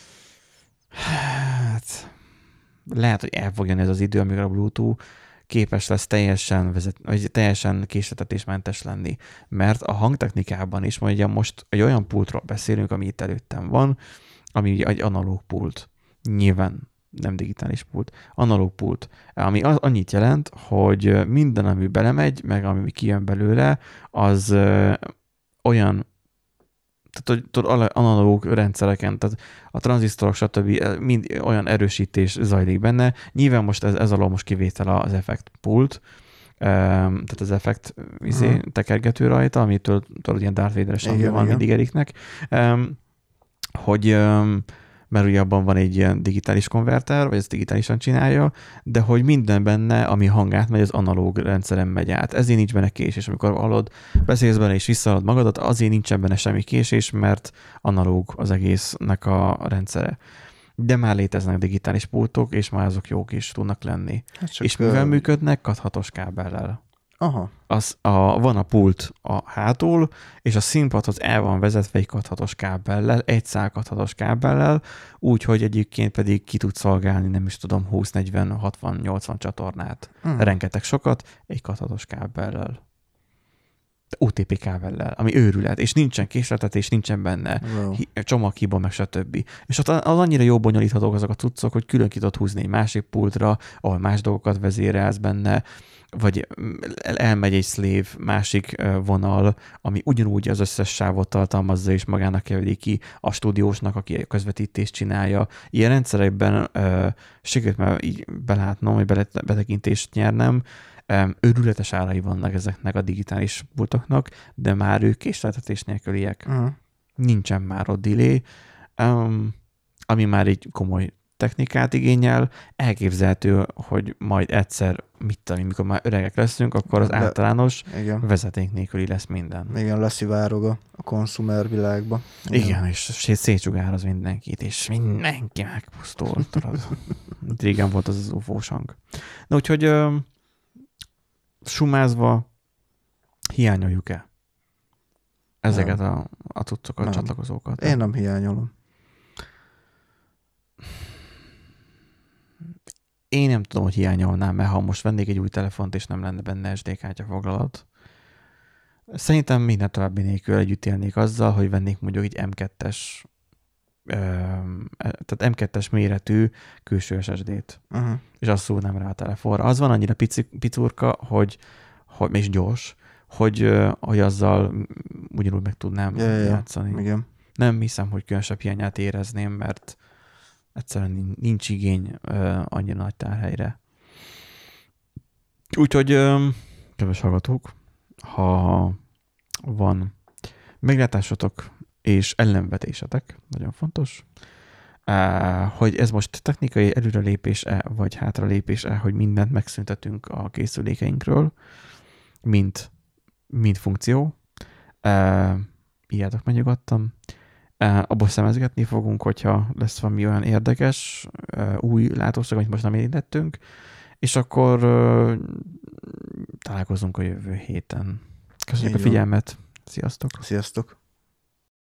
hát lehet, hogy el fog jönni ez az idő, amikor a Bluetooth képes lesz teljesen késletetésmentes lenni. Mert a hangtechnikában is, mondja, most egy olyan pultról beszélünk, ami itt előttem van, ami egy analóg pult. Nyilván nem digitális pult. Analóg pult. Ami annyit jelent, hogy minden, ami belemegy, meg ami kijön belőle, az olyan, tehát analóg rendszereken, tehát a tranzisztorok, stb. Mind olyan erősítés zajlik benne. Nyilván most ez alól most kivétel az effekt pult, tehát az effekt tekergető rajta, amitől ilyen Darth Vader-es hangja van mindig Eriknek, hogy mert ugye abban van egy ilyen digitális konverter, vagy ez digitálisan csinálja, de hogy minden benne, ami hangát megy, az analóg rendszeren megy át. Ezért nincs benne késés. Amikor hallod, beszélsz benne és visszaadod magadat, azért nincsen benne semmi késés, mert analóg az egésznek a rendszere. De már léteznek digitális pultok, és már azok jók is tudnak lenni. Hát és mivel működnek? Cat6-os kábellel. Aha. Van a pult a hátul, és a színpadhoz el van vezetve egy Cat6-os kábellel, egy szál Cat6-os kábellel, úgyhogy egyébként pedig ki tud szolgálni, nem is tudom, 20, 40, 60, 80 csatornát. Rengeteg sokat egy Cat6-os kábellel. OTP kábellel, ami őrület, és nincsen késletetés, nincsen benne csomaghiba, meg stb. És ott az annyira jó bonyolíthatók azok a cuccok, hogy külön ki tudod húzni egy másik pultra, ahol más dolgokat vezérelsz benne, vagy elmegy egy slave másik vonal, ami ugyanúgy az összes sávot tartalmazza, és magának keveri ki a stúdiósnak, aki a közvetítést csinálja. Ilyen rendszerekben sikerült már így belátnom, hogy betekintést nyernem, őrületes árai vannak ezeknek a digitális pultoknak, de már ők késletetés nélküliek. Nincsen már ott delay, ami már egy komoly technikát igényel, elképzelhető, hogy majd egyszer, mikor már öregek leszünk, akkor az általános vezeték nélküli lesz minden. Igen, leszivárog a konzumer világba. Igen, és szétsugároz mindenkit, és mindenki megpusztul. Régen volt az UFO-s hang. Na úgyhogy sumázva hiányoljuk-e ezeket a cuccokat, a csatlakozókat? Én nem hiányolom. Én nem tudom, hogy hiányolnám, mert ha most vennék egy új telefont, és nem lenne benne SD kártya foglalat, szerintem minden további nélkül együtt élnék azzal, hogy vennék mondjuk egy M2-es, tehát M2-es méretű külső SSD-t, és azt szúrnám rá a telefonra. Az van annyira picurka, hogy és gyors, hogy azzal ugyanúgy meg tudnám játszani. Igen. Nem hiszem, hogy különösebb hiányát érezném, mert egyszerűen nincs igény annyira nagy tárhelyre. Úgyhogy, kedves hallgatók, ha van meglátásotok és ellenvetésetek, nagyon fontos, hogy ez most technikai előrelépés-e, vagy hátralépés-e, hogy mindent megszüntetünk a készülékeinkről, mint funkció. Írjátok meg nyugodtan. Abból szemezgetni fogunk, hogyha lesz valami olyan érdekes, új látóság, amit most nem érintettünk, és akkor találkozunk a jövő héten. Köszönjük a figyelmet. Sziasztok! Sziasztok!